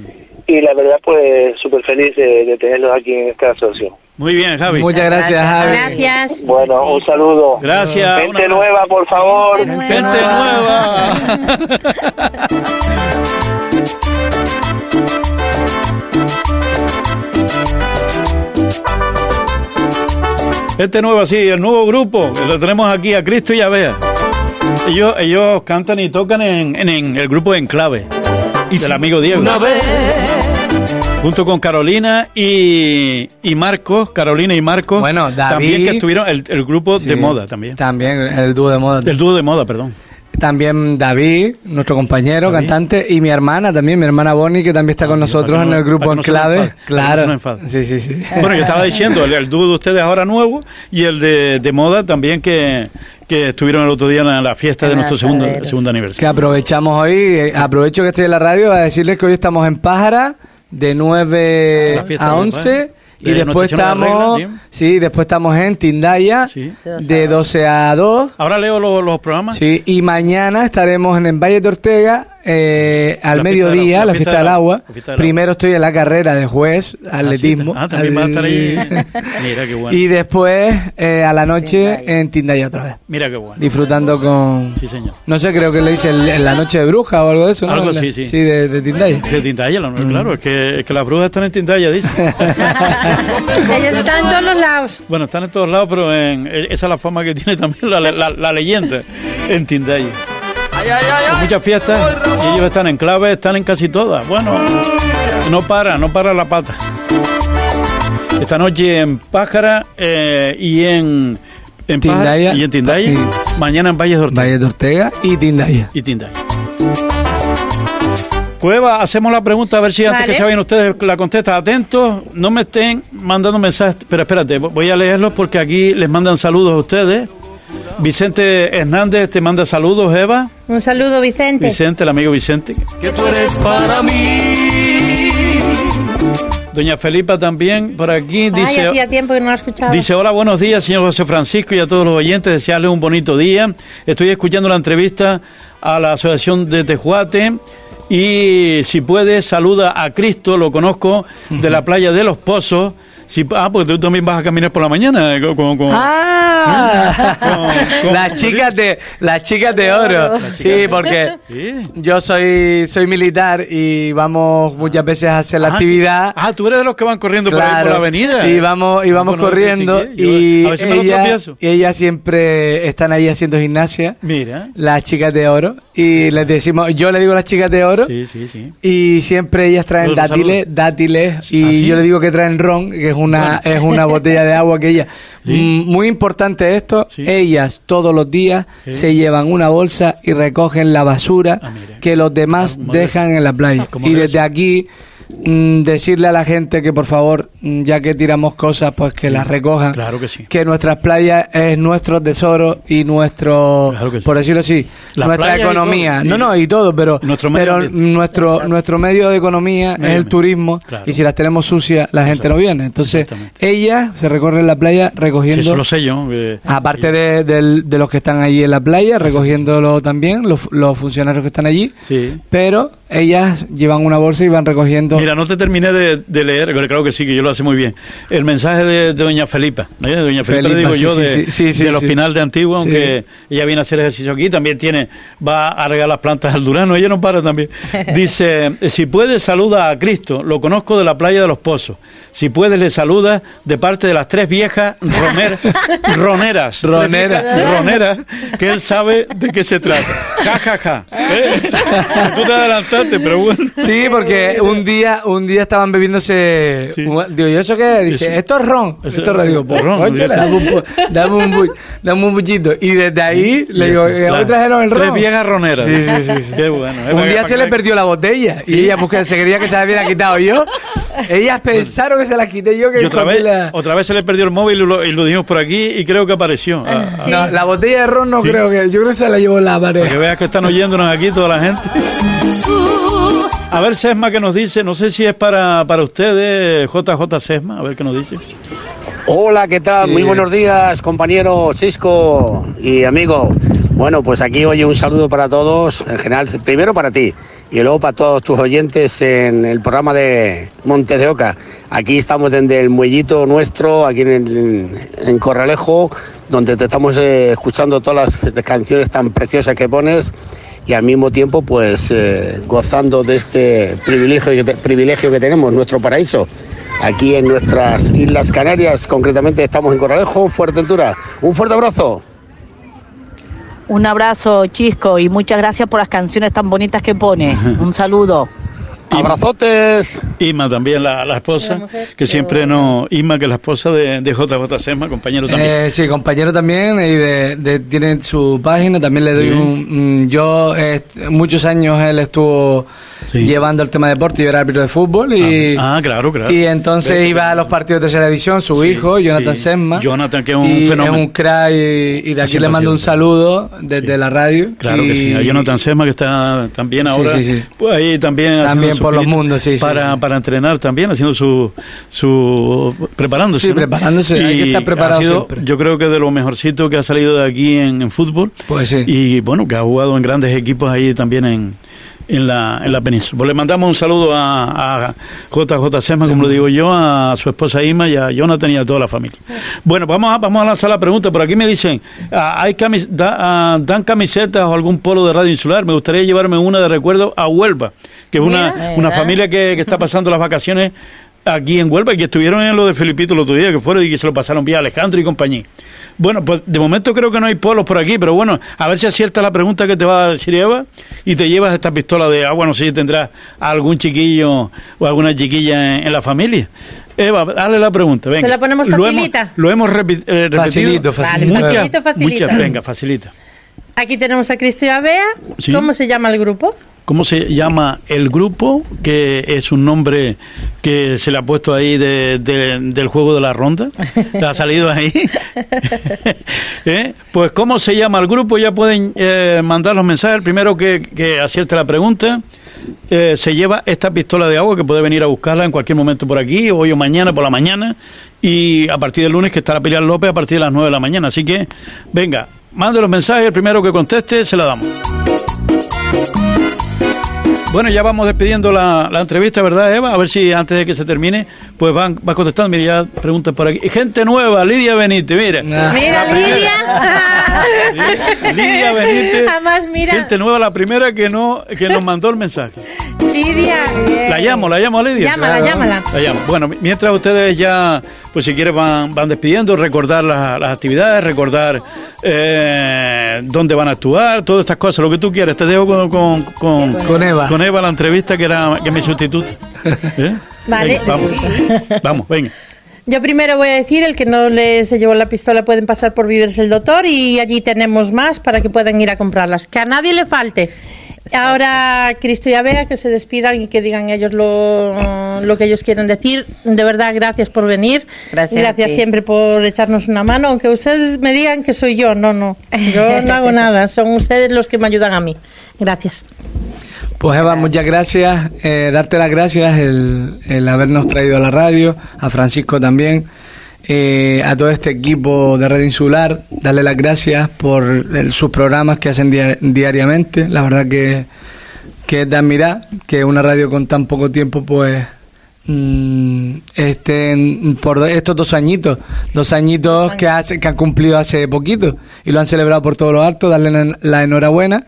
y la verdad, pues súper feliz de, de tenerlos aquí en esta asociación. Muy bien, Javi. Muchas gracias, Javi. Gracias. Bueno, un saludo. Gracias. Gente una- nueva, por favor. Gente nueva. Gente nueva. Gente nueva, sí, el nuevo grupo, que lo tenemos aquí a Cristo y a Bea. Ellos, ellos cantan y tocan en, en, en el grupo Enclave del amigo Diego. Junto con Carolina y, y Marcos, Carolina y Marcos. Bueno, David- También que estuvieron el, el grupo Sí, de moda también. También, el dúo de moda. El dúo de moda, perdón. También David, nuestro compañero, David. cantante, y mi hermana también, mi hermana Bonnie, que también está con Ah, nosotros para que en no- el grupo para en que no se me clave. enfade, para que no Claro. se me enfade. Sí, sí, sí. Bueno, yo estaba diciendo, el, el dúo de ustedes ahora nuevo y el de, de moda también que, que estuvieron el otro día en la, la fiesta de En nuestro las segundo, praderas. segundo Que aniversario. aprovechamos hoy, eh, aprovecho que estoy en la radio a decirles que hoy estamos en Pájara de nueve La fiesta a de once De y después Nuestra Señora de la estamos, Regla, sí, después estamos en Tindaya Sí. de doce a dos. Ahora leo los, los programas. Sí, y mañana estaremos en el Valle de Ortega eh, al La fiesta mediodía, del- la, fiesta del agua. la fiesta del Primero estoy en la carrera de juez, atletismo. Ah, también va a estar ahí. Al- Mira qué bueno. Y después eh, a la noche Tindaya. en Tindaya otra vez, Mira qué bueno. disfrutando con... Sí, señor. No sé, creo que le dice el- en la noche de bruja o algo de eso, ¿no? Algo La- así, sí. Sí, de, de Tindaya. De Tintaya, la- Mm. claro, es que, es que las brujas están en Tintaya, dice. Ellos están en todos los lados. Bueno, están en todos lados, pero en, esa es la fama que tiene también la, la, la leyenda en Tindaya. Hay muchas fiestas y ellos están en clave, están en casi todas. Bueno, no para, no para la pata. Esta noche en Pájara eh, y en, en Pájara Tindaya. y en Tindaya. Sí. Mañana en Valles de Ortega Valle de Ortega y Tindaya. y Tindaya. Cueva, hacemos la pregunta a ver si antes Vale. que se vayan ustedes la contestan. Atentos, no me estén mandando mensajes. Pero espérate, voy a leerlos porque aquí les mandan saludos a ustedes. Vicente Hernández te manda saludos, Eva. Un saludo, Vicente. Vicente, el amigo Vicente. Que tú eres para mí Doña Felipa también por aquí dice... Ay, hacía tiempo que no la escuchaba. Dice, hola, buenos días, señor José Francisco, y a todos los oyentes, desearles un bonito día. Estoy escuchando la entrevista a la Asociación de Tejuate, y si puede, saluda a Cristo, lo conozco, de la playa de Los Pozos. Si, ah, porque tú también vas a caminar por la mañana. Con, con, con, ah, con, con, las chicas de las chicas de oro. Chicas sí, de... porque sí. yo soy soy militar y vamos muchas veces a hacer la ah, actividad. Ah, tú eres de los que van corriendo claro, por ahí por la avenida. Y vamos y vamos bueno, corriendo y a ella, y ella siempre están ahí haciendo gimnasia. Mira. Las chicas de oro y les decimos, yo le digo a las chicas de oro. Sí, sí, sí. Y siempre ellas traen dátiles, dátiles y ¿ah, sí? yo le digo que traen ron, que es una bueno. es una botella de agua que ella ¿sí? mm, muy importante esto, ¿sí? ellas todos los días ¿sí? se llevan una bolsa y recogen la basura ah, que los demás dejan en la playa. Y desde eso? aquí mm, decirle a la gente que por favor, mm, ya que tiramos cosas, pues que sí. las recojan. Claro que sí. Que nuestras playas es nuestro tesoro y nuestro, claro sí. por decirlo así, la nuestra economía. No, no, y todo, pero nuestro medio, pero nuestro, nuestro medio de economía medio, es el turismo claro. y si las tenemos sucias, la gente no viene. Entonces, ellas se recorren la playa recogiendo. Sí, eso lo sé yo. Eh, aparte eh, de, de, de los que están allí en la playa, recogiéndolo también, los, los funcionarios que están allí. Sí. Pero ellas llevan una bolsa y van recogiendo. Mira, no te terminé de, de leer, claro que sí, que yo lo hace muy bien. El mensaje de, de doña Felipa, ¿no? De doña Felipa, Felipa le digo sí, yo, sí, de, sí, sí, del sí, Hospital sí. de Antigua, aunque sí. ella viene a hacer ejercicio aquí, también tiene, va a regar las plantas al Durano, ella no para también. Dice, si puedes, saluda a Cristo, lo conozco de la playa de Los Pozos. Si puedes, le saluda de parte de las tres viejas romer, roneras, roneras, roneras, que él sabe de qué se trata. Ja, ja, ja. ¿Eh? Tú te adelantaste, pero bueno. Sí, porque un día un día estaban bebiéndose sí. un, digo, ¿y eso qué? Dice, eso, esto es ron. Eso, esto es ron. Digo, pues, ron, concha, dame un, dame un, bu, dame un buchito. Y desde ahí le digo, ¿hoy trajeron el ron? Tres viejas roneras. Sí, sí, sí, sí. Qué bueno. Un día se le perdió la botella sí. y ella pues, se quería que se la hubiera quitado yo. Ellas pensaron que se la quité yo. Que y otra, vez, la... otra vez se le perdió el móvil y lo, y lo dijimos por aquí y creo que apareció. Ah, sí. No, la botella de ron no sí. creo que, yo creo que se la llevó la pared. Para que veas que están oyéndonos aquí toda la gente. A ver, Sesma, ¿qué nos dice? No sé si es para, para ustedes, J J Sesma, a ver qué nos dice. Hola, ¿qué tal? Sí. Muy buenos días, compañero Chisco y amigo. Bueno, pues aquí, oye, un saludo para todos, en general, primero para ti y luego para todos tus oyentes en el programa de Montes de Oca. Aquí estamos desde el muellito nuestro, aquí en, en Corralejo, donde te estamos eh, escuchando todas las canciones tan preciosas que pones y al mismo tiempo pues eh, gozando de este privilegio que, te, privilegio que tenemos, nuestro paraíso. Aquí en nuestras Islas Canarias, concretamente estamos en Corralejo, Fuerteventura. Un fuerte abrazo. Un abrazo, Chisco, y muchas gracias por las canciones tan bonitas que pone. Un saludo. Abrazotes. Isma también, la, la esposa, la mujer, que siempre no... Isma, que es la esposa de, de J J Sesma, compañero también. Eh, sí, compañero también, y de, de, tiene su página, también le doy sí. un... Yo, eh, muchos años él estuvo sí. llevando el tema de deporte, yo era árbitro de fútbol, y... Ah, ah claro, claro. Y entonces Ve, iba a los partidos de tercera división, su sí, hijo, Jonathan sí. Sesma. Jonathan, que es un y fenómeno. Es un crack, y, y de aquí le mando un saludo desde sí. la radio. Claro y, que sí, a Jonathan Sesma, que está también ahora, sí, sí, sí. pues ahí también... También por los mundos, sí. Para, sí. para entrenar también, haciendo su, su preparándose. Sí, ¿no? preparándose, y hay que estar preparado sido, siempre. Yo creo que de lo mejorcito que ha salido de aquí en, en fútbol. Pues sí. Y bueno, que ha jugado en grandes equipos ahí también en, en, la, en la península. Pues le mandamos un saludo a, a J J Sesma, sí. como lo digo yo, a su esposa Ima y a Jonathan y a toda la familia. Bueno, vamos a, vamos a lanzar la pregunta. Por aquí me dicen, ¿hay camis, da, uh, ¿dan camisetas o algún polo de Radio Insular? Me gustaría llevarme una de recuerdo a Huelva, que es una, una familia que, que está pasando las vacaciones aquí en Huelva y que estuvieron en lo de Felipito el otro día, que fueron y que se lo pasaron bien a Alejandro y compañía. Bueno, pues de momento creo que no hay polos por aquí, pero bueno, a ver si acierta la pregunta que te va a decir Eva y te llevas esta pistola de agua. No sé si tendrás algún chiquillo o alguna chiquilla en, en la familia. Eva, dale la pregunta, venga. Se la ponemos facilita. Lo hemos, lo hemos repi- eh, repetido. Facilito, facilito. Vale, muchas, facilito, facilita. muchas, venga, facilita. Aquí tenemos a Cristo y a Bea. ¿Sí? ¿Cómo se llama el grupo? ¿Cómo se llama el grupo? Que es un nombre que se le ha puesto ahí de, de, del juego de la ronda. Ha salido ahí. ¿Eh? Pues ¿cómo se llama el grupo? Ya pueden eh, mandar los mensajes. El primero que, que acierte la pregunta eh, se lleva esta pistola de agua, que puede venir a buscarla en cualquier momento por aquí, hoy o mañana por la mañana, y a partir del lunes que estará Pilar López a partir de las nueve de la mañana. Así que, venga, mande los mensajes, el primero que conteste se la damos. Bueno, ya vamos despidiendo la, la entrevista, ¿verdad, Eva? A ver si antes de que se termine, pues van, va contestando. Mira, ya preguntas por aquí. Gente nueva, Lidia Benítez, mira. Mira, Lidia. Lidia Benítez. Además, mira. Gente nueva, la primera que no que nos mandó el mensaje. Lidia. La llamo, la llamo a Lidia. Llámala, Claro. llámala. La llamo. Bueno, mientras ustedes ya, pues si quieren van, van despidiendo, recordar las, las actividades, recordar eh, dónde van a actuar, todas estas cosas, lo que tú quieras. Te dejo con, con, con, Con Eva. Con Eva la entrevista, que era que es mi sustituta. ¿Eh? Vale. Venga, vamos. Vamos, venga. Yo primero voy a decir, el que no les se llevó la pistola pueden pasar por Víveres el Doctor y allí tenemos más para que puedan ir a comprarlas. Que a nadie le falte. Ahora Cristo y Bea, que se despidan y que digan ellos lo, lo que ellos quieren decir. De verdad, gracias por venir. Gracias a ti. Siempre por echarnos una mano, aunque ustedes me digan que soy yo. No, no, yo no hago nada. Son ustedes los que me ayudan a mí. Gracias. Pues Eva, muchas gracias, eh, darte las gracias el, el habernos traído a la radio, a Francisco también, eh, a todo este equipo de Radio Insular, darle las gracias por el, sus programas que hacen dia- diariamente, la verdad que, que es de admirar que una radio con tan poco tiempo pues mm, estén por estos dos añitos, dos añitos que, hace, que han cumplido hace poquito y lo han celebrado por todos los altos, darle la, la enhorabuena.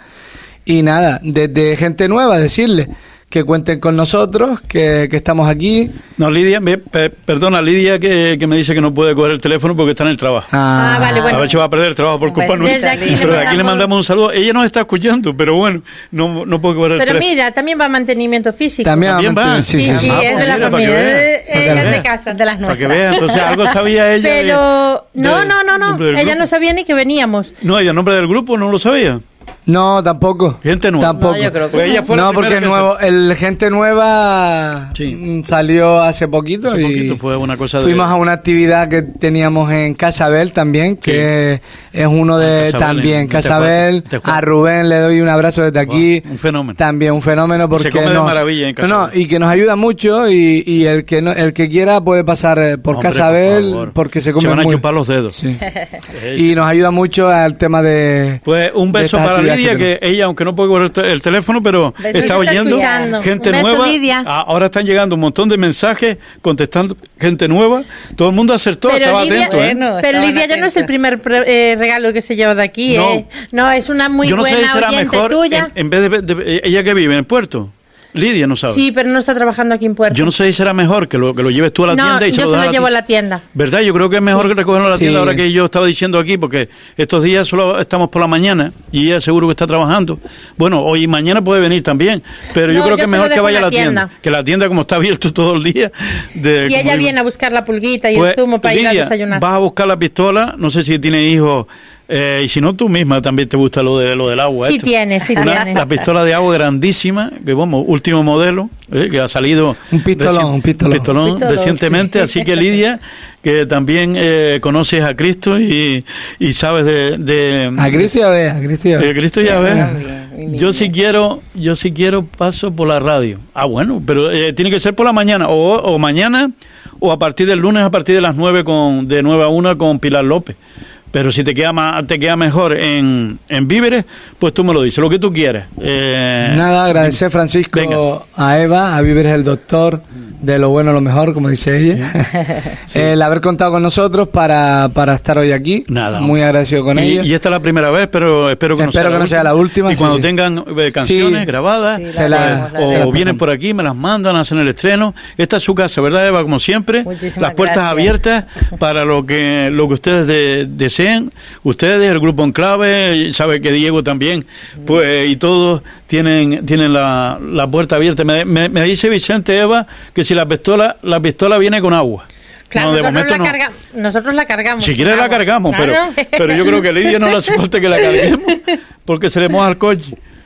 Y nada, desde Gente Nueva decirle que cuenten con nosotros, que, que estamos aquí. No, Lidia, me, pe, perdona, Lidia que, que me dice que no puede coger el teléfono porque está en el trabajo. Ah, vale, bueno. A ver si va a perder el trabajo por culpa Pues nuestra. desde aquí le Pero de aquí le mandamos- mandamos un saludo. Ella nos está escuchando, pero bueno, no, no puede coger el Pero teléfono. mira, también va mantenimiento físico. También, También va. va. Sí, sí, Ah, es pues de la mira, para que familia, vea. eh, Para que ella es de vea. casa. De las Para que nuestras. vea, entonces algo sabía ella. de- Pero no, de- no, no, no. nombre del Ella grupo. no sabía ni que veníamos. No, ella el nombre del grupo no lo sabía. No, tampoco. Gente nueva. Tampoco. No, yo creo que Pues ella fue la No, porque primera que nuevo, el Gente Nueva Sí. mm, salió hace poquito Hace y poquito fue una cosa de- fuimos a una actividad que teníamos en Casabel también, que es uno Ah, de Casabel, también en Casabel. Tejuelo, Tejuelo. A Rubén le doy un abrazo desde aquí. Wow, un fenómeno. También un fenómeno porque come de nos- maravilla en no, no, Casabel. y que nos ayuda mucho y, y el que no, el que quiera puede pasar eh, por Hombre, Casabel por favor. porque se come Se van a muy chupar los dedos. Sí. Eh, Y nos ayuda mucho al tema de Pues un de beso estas para actividades Lidia, que que ella, aunque no puede coger el te- el teléfono, pero Beso, está está oyendo. escuchando. Gente Un beso, nueva. Lidia. A- Ahora están llegando un montón de mensajes contestando. Gente nueva. Todo el mundo acertó, Pero estaba Lidia, atento. ¿eh? Bueno, pero estaban Lidia ya no es el atentos. primer pre- eh, regalo que se lleva de aquí, No. ¿eh? No, es una muy Yo no sé buena si será oyente mejor, tuya. en, en vez de, de- ella que vive en el puerto. Lidia no sabe. Sí, pero no está trabajando aquí en Puerto. Yo no sé si será mejor que lo, que lo lleves tú a la no, tienda y se yo lo se das lo a llevo ti. a la tienda. ¿Verdad? Yo creo que es mejor que recogerlo a la Sí. tienda ahora que yo estaba diciendo aquí, porque estos días solo estamos por la mañana y ella seguro que está trabajando. Bueno, hoy y mañana puede venir también, pero yo No, creo yo que es se mejor lo que dejo vaya a en la la tienda. tienda. Que la tienda, como está abierto todo el día. De, Y como ella digo, viene a buscar la pulguita y pues, el zumo para ir a Lidia, desayunar. vas a buscar la pistola, no sé si tiene hijos, eh, y si no tú misma también te gusta lo de lo del agua. Sí esto. tiene, sí Una- tiene. La pistola de agua grandísima, que vamos, último modelo, eh, que ha salido Un pistolón, reci- un pistolón. pistolón Pistolón, recientemente, sí. así que Lidia, que también eh, conoces a Cristo y, y sabes de, de a Cristo ya ve, a Cristo ya ve. eh, Cristo ya ves. También, Yo si quiero, yo si quiero paso por la radio. Ah, bueno, pero eh, tiene que ser por la mañana o, o mañana o a partir del lunes a partir de las nueve con de nueve a una con Pilar López. Pero si te queda más, te queda mejor en, en Víveres, pues tú me lo dices, lo que tú quieras. Eh, Nada, agradecer Francisco venga. a Eva, a Víveres el Doctor, de lo bueno lo mejor, como dice ella. Sí. El haber contado con nosotros para, para estar hoy aquí. Nada. Muy agradecido con y, ella. y esta es la primera vez, pero espero que no, Espero sea, que no sea la última, Y sí, cuando sí. tengan eh, canciones Sí. grabadas, Sí, Se la- pues, se la o vienen pasamos. por aquí, me las mandan, hacen el estreno. Esta es su casa, ¿verdad, Eva? Como siempre, Muchísimas las puertas gracias. abiertas para lo que lo que ustedes de- deseen. Ustedes, el grupo Enclave, sabe que Diego también, pues y todos tienen tienen la, la puerta abierta. Me, me, me dice Vicente, Eva, que si la pistola la pistola viene con agua. Claro, No, de nosotros, momento la no. carga- nosotros la cargamos. Si con quieres la agua. cargamos, Claro. pero pero yo creo que a Lidia no le hace falta que la carguemos porque se le moja el coche.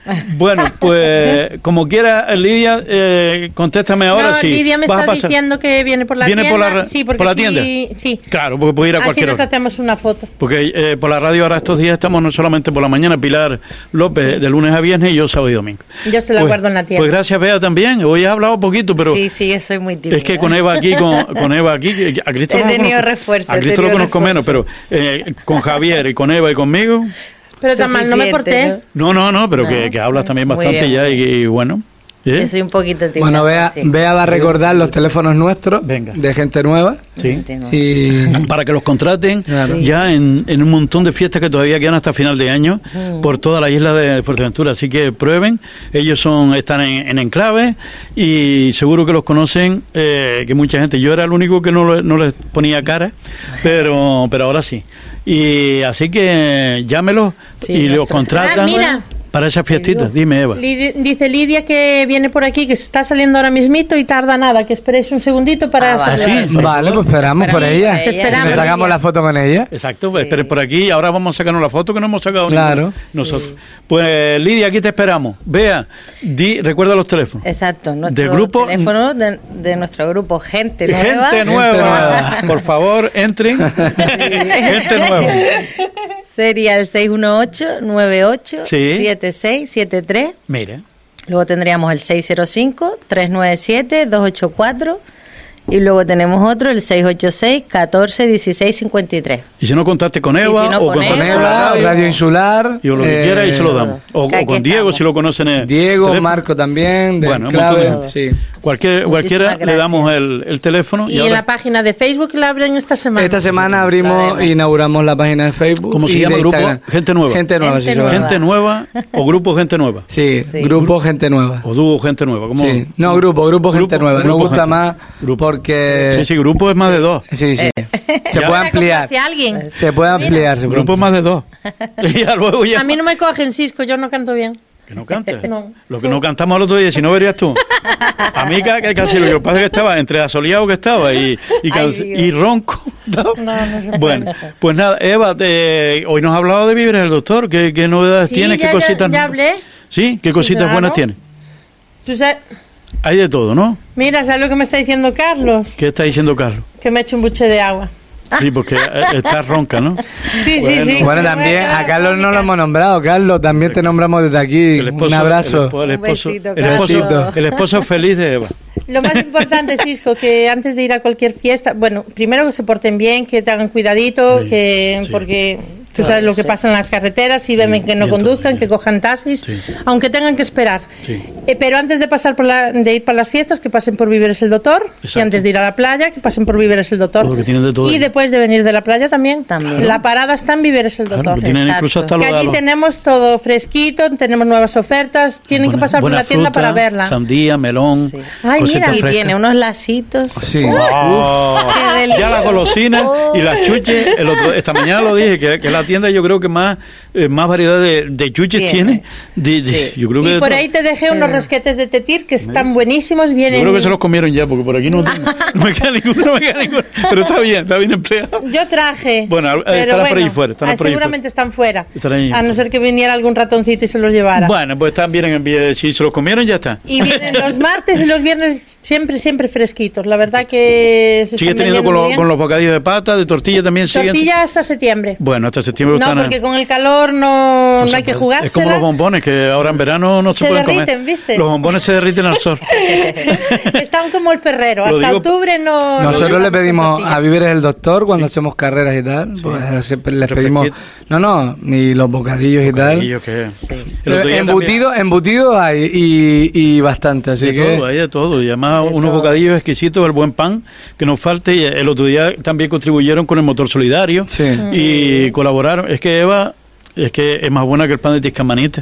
Bueno, pues como quiera, Lidia, eh, contéstame ahora. No, sí. Lidia me ¿Vas a está pasar? diciendo que viene por la ¿Viene tienda. por la, sí, porque por la sí, tienda? Sí. Claro, porque puede ir a Así cualquier nos hora. hacemos una foto. Porque eh, por la radio ahora estos días estamos no solamente por la mañana, Pilar López, de lunes a viernes, y yo sábado y domingo. Yo se la Pues- guardo en la tienda. Pues gracias, Bea, también. Hoy he hablado poquito, pero Sí, sí, yo soy muy tímida. es que con Eva aquí, con, con Eva aquí, que a Cristo He no lo tenido conozco. refuerzo, A he Cristo lo tenido conozco menos, pero refuerzo. eh, con Javier y con Eva y conmigo, Pero tan mal no me Suficiente, porté. ¿no? no, no, no, pero No. que, que hablas también Muy bastante bien, ya muy y, y bueno. ¿eh? Yo soy un poquito tímida. Bueno, Bea, sí. Bea va a recordar los teléfonos nuestros Venga. de gente nueva. Sí. Y Para que los contraten Claro. ya en, en un montón de fiestas que todavía quedan hasta final de año por toda la isla de Fuerteventura. Así que prueben, ellos son están en, en enclave y seguro que los conocen, eh, que mucha gente. Yo era el único que no, le- no les ponía cara, pero, pero ahora sí. Y así que llámelos Sí, y los nuestro- contratan Ah, mira. para esas fiestitas. Dime, Eva. Lidi- Dice Lidia que viene por aquí, que está saliendo ahora mismito y tarda nada, que esperéis un segundito para Ah, vale. saludar. sí. vale, pues esperamos por Esperamos ella. por ella. Te esperamos. Nos sacamos la foto con ella. Exacto, pues esperen por aquí. Ahora vamos a sacarnos la foto que no hemos sacado Claro. ninguna nosotros. Pues Lidia, aquí te esperamos. Vea, di, recuerda los teléfonos. Exacto, nuestro Del grupo- teléfono de, de nuestro grupo Gente Nueva. Gente nueva. nueva. Por favor, entren. Gente nueva. Sería el seis uno ocho, nueve ocho, Sí. siete seis siete tres. Mire. Luego tendríamos el seis cero cinco, tres nueve siete, dos ocho cuatro. Y luego tenemos otro, el seis ocho seis, catorce dieciséis cincuenta y tres. Y si no contacte con Eva si no, o con con, Eva, con la Eva, radio, Radio Insular. y o lo que eh, quiera y se lo damos. O, Que o aquí con Diego estamos. si lo conocen. el Diego, teléfono. Marco también, de Bueno, un montón de Clave. gente. Sí. Cualquier, Muchísimas cualquiera le gracias. damos el, el teléfono. Y, Y, en ahora, la página de Facebook la abren esta semana. Esta semana abrimos, inauguramos la página de Facebook. ¿Cómo se y llama de el grupo? Instagram. Gente Nueva. Gente Nueva, Gente sí, se llama. Nueva. Gente nueva o grupo Gente Nueva. Sí, Sí. grupo Gente Nueva. O dúo Gente Nueva. ¿Cómo? Sí. No, grupo, grupo Gente Grupo, Nueva. Nos grupo gusta Gente- más Grupo. porque... Sí, sí, grupo es más de dos. Sí, sí. Se Ya. puede ampliar. Si alguien. Se puede ampliar. se puede Grupo es más de dos. Y ya luego ya. A mí no me cogen, Cisco, yo no canto bien. Que no cantes. No. Lo que no cantamos el otro día, si no verías tú. A mí ca- ca- casi lo que pasa es que estaba entre asoleado que estaba y, y, can- Ay, Dios. y ronco. ¿no? Bueno, pues nada, Eva, te- hoy nos ha hablado de Víveres el doctor. ¿Qué, qué novedades Sí, tienes? ya- ¿Qué cositas? ya- ya hablé. ¿Sí? ¿Qué cositas claro. buenas tienes? Tú sabes- Hay de todo, ¿no? mira, ¿sabes lo que me está diciendo Carlos? ¿Qué está diciendo Carlos? Que me eche un buche de agua. Sí, porque eh, está ronca, ¿no? Sí, sí, sí. Bueno, también a Carlos no lo hemos nombrado. Carlos, también te nombramos desde aquí. El esposo, Un abrazo. El, esposo, el, Un esposo, besito, el, esposo, Carlos. el esposo feliz de Eva. Lo más importante, Cisco, que antes de ir a cualquier fiesta, bueno, primero que se porten bien, que tengan cuidadito, Sí, que sí. porque tú sabes lo que sí. pasa en las carreteras, si ven que no y conduzcan, entonces, que cojan taxis, Sí. aunque tengan que esperar. Sí. Eh, pero antes de pasar por la, de ir para las fiestas, que pasen por Víveres el Doctor, Exacto. y antes de ir a la playa, que pasen por Víveres el Doctor. Todo lo que tienen de todo y ahí. después de venir de la playa también. También. La parada está en Víveres el Claro, Doctor. que tienen Exacto. incluso hasta lo Que de allí los- tenemos todo fresquito, tenemos nuevas ofertas, tienen que buena- pasar por buena la tienda fruta, para verla. Sandía, melón, Sí. Ay, cositas mira. Y frescas. tiene unos lacitos. Sí. Oh, Qué delicia. ya las golosinas y las chuches. El otro, esta mañana lo dije, que, que la tienda yo creo que más, eh, más variedad de, de chuches tiene. Tiene. De- de- Sí. Yo creo que Y de por todo. ahí te dejé unos rosquetes de tetir que están buenísimos, Yo vienen... creo que se los comieron ya, porque por aquí no, tengo- no me queda ninguno, no me queda ninguno. Pero está bien, está bien empleado. Yo traje. Bueno, eh, pero estarán por bueno, ahí fuera, estarán ah, por ahí seguramente están fuera. Estarán ahí A no ser que viniera algún ratoncito y se los llevara. Bueno, pues están bien en envío. Si se los comieron, ya está. Y vienen los martes y los viernes siempre, siempre fresquitos. La verdad que se ¿Sigues están teniendo vendiendo con, muy los- bien. con los bocadillos de pata, de tortilla también siguen? Tortilla hasta septiembre. Bueno, hasta septiembre No, están. porque con el calor no, no hay que jugar. Es como los bombones, que ahora en verano no se, Se pueden comer. derriten, ¿viste? Los bombones se derriten al sol. Están como el perrero. Lo Hasta digo- octubre no. Nosotros no le con pedimos tortilla. a Víveres el Doctor cuando hacemos carreras y tal, pues siempre les pedimos, Refresquito. no, no, ni los bocadillos y tal. Bocadillos que- El Pero otro día embutido, embutido hay y, y bastante, así De que todo, hay de todo. Y además De unos todo. bocadillos exquisitos, el buen pan, que nos falte. Y el otro día también contribuyeron con el motor solidario. Sí. Y colaboraron. Es que Eva... Es que es más buena que el pan de Tiscamanita.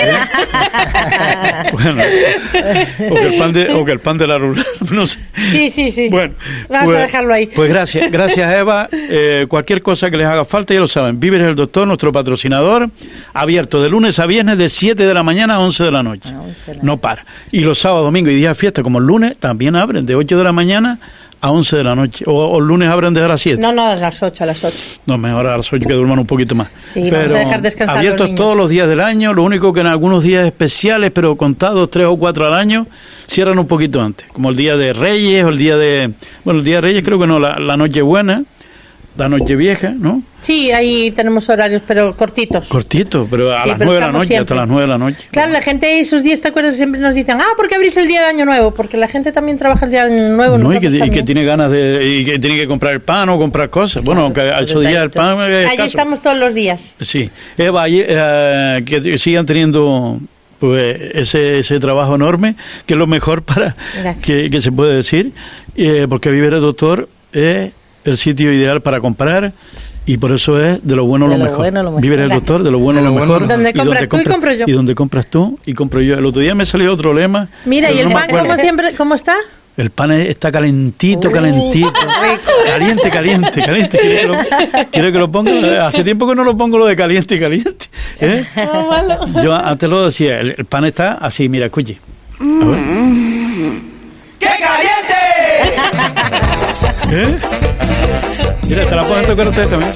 Bueno, o que el pan de, o que el pan de la rural, no sé. Sí, sí, sí. Bueno, Vamos pues, a dejarlo ahí. Pues gracias, gracias Eva. Eh, cualquier cosa que les haga falta, ya lo saben. Víveres el Doctor, nuestro patrocinador, abierto de lunes a viernes de siete de la mañana a once de la noche. A once de la No para. Y los sábados, domingos y días de fiesta, como el lunes, también abren de ocho de la mañana a once de la noche. O, o el lunes abren desde las siete. No, no, a las ocho, a las ocho. No, mejor a las ocho que duerman un poquito más. Sí, pero vamos a dejar descansar a los abiertos niños. todos los días del año, lo único que en algunos días especiales, pero contados tres o cuatro al año, cierran un poquito antes, como el día de Reyes o el día de... Bueno, el día de Reyes creo que no, la, la Nochebuena, la Nochevieja, ¿no? Sí, ahí tenemos horarios, pero cortitos. Cortito, pero a Sí, las pero nueve de la estamos noche, siempre. hasta las nueve de la noche. Claro, la gente esos días, ¿te acuerdas? Siempre nos dicen, ah, ¿por qué abrís el día de Año Nuevo? Porque la gente también trabaja el día de Año Nuevo. No, y que, nosotros y que también. tiene ganas de... y que tiene que comprar el pan o comprar cosas. Bueno, aunque a esos días el pan es Allí escaso. estamos todos los días. Sí. Eva, y, eh, que sigan teniendo... pues ese ese trabajo enorme, que es lo mejor para que, que se puede decir, eh, porque Víveres del Doctor es el sitio ideal para comprar y por eso es de lo bueno De lo lo mejor. bueno lo mejor. Víveres del Doctor, de lo bueno De lo lo bueno mejor. lo Donde y compras tú y compro yo. Y donde compras tú y compro yo. El otro día me salió otro lema. Mira, pero ¿y el no me pan acuerdo. como siempre, cómo está? El pan es- está calentito, Uh, calentito. Caliente, caliente, caliente. ¿Quiere que, lo, quiere que lo ponga? Hace tiempo que no lo pongo lo de caliente, caliente. ¿Eh? No, malo. Yo antes lo decía, el, el pan está así, mira, escuche. A ver. ¡Qué caliente! ¿Eh? Mira, te la pueden tocar ustedes también.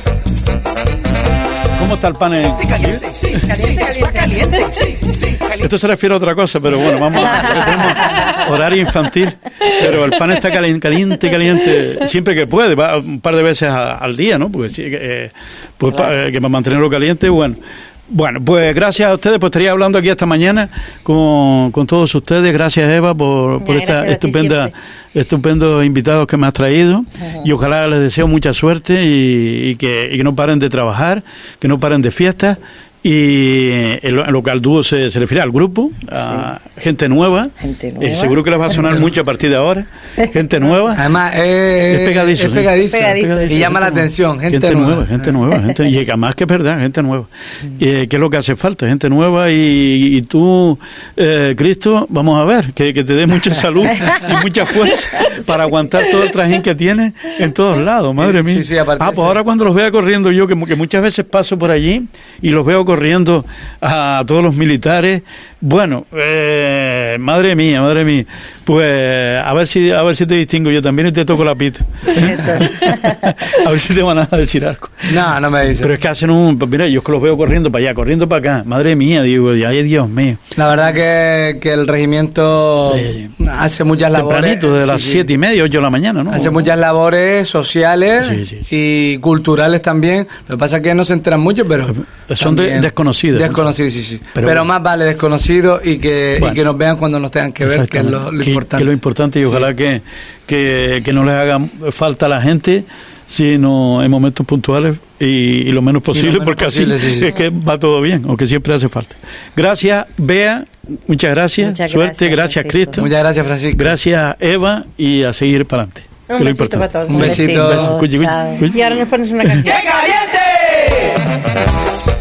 ¿Cómo está el pan? En... Caliente, sí, sí, está caliente, sí, sí, caliente. Esto se refiere a otra cosa, pero bueno, vamos a porque tenemos horario infantil. Pero el pan está caliente, caliente, caliente, siempre que puede, va un par de veces a- al día, ¿no? Porque sí, eh, pues, pa- eh, que para mantenerlo caliente, bueno. Bueno, pues gracias a ustedes, pues estaría hablando aquí esta mañana con, con todos ustedes. Gracias, Eva, por, por Ya, esta gracias a ti estupenda, siempre. estupendos invitados que me has traído. Y ojalá les deseo mucha suerte y, y que, y que no paren de trabajar, que no paren de fiestas. Y en lo, en lo que al dúo se, se refiere al grupo, a gente nueva. Gente Eh, nueva. seguro que les va a sonar mucho a partir de ahora. Gente nueva. Además, es, Es pegadizo, es sí. pegadizo. Pegadizo, Y llama la atención. Gente, nueva. gente nueva, gente, y además que es verdad, gente nueva. Y, eh, ¿qué es lo que hace falta? Gente nueva y, y tú, eh, Cristo, vamos a ver, que, que te dé mucha salud y mucha fuerza para aguantar todo el trajín que tienes en todos lados, madre mía. Sí, sí, aparte ah, de pues ser- ahora cuando los vea corriendo yo, que, mu- que muchas veces paso por allí y los veo corriendo a todos los militares, bueno, eh, madre mía, madre mía, pues a ver si a ver si te distingo yo también y te toco la pita. Eso. A ver si te van a decir algo. No, no me dice. Pero es que hacen un... pues mira, yo es que los veo corriendo para allá, corriendo para acá. Madre mía, digo, ay, Dios mío. La verdad que, que el regimiento Eh, hace muchas labores. Tempranito, de sí, las sí. siete y media, ocho de la mañana, ¿no? Hace muchas labores sociales Sí, sí, y culturales también. Lo que pasa es que no se enteran mucho, pero... Son de- también- desconocidas. Desconocidos, sí, sí. Pero Pero, bueno. más vale desconocidos y que, Bueno. y que nos vean cuando nos tengan que ver, que es lo, lo Que- importante. Que es lo importante y ojalá que, que, que no les haga falta a la gente, sino en momentos puntuales y, y lo menos posible, menos porque posible, así sí, sí. es que va todo bien, aunque siempre hace falta. Gracias, Bea, muchas gracias, Muchas suerte, gracias, gracias, Francisco. Cristo, Muchas gracias, Francisco. gracias, Eva, y a seguir para adelante. Un que es lo besito importante. para todos. Un besito. Un beso. Cuyi, cuyi, Chao. cuyi. Y ahora nos pones una canción. ¡Qué caliente!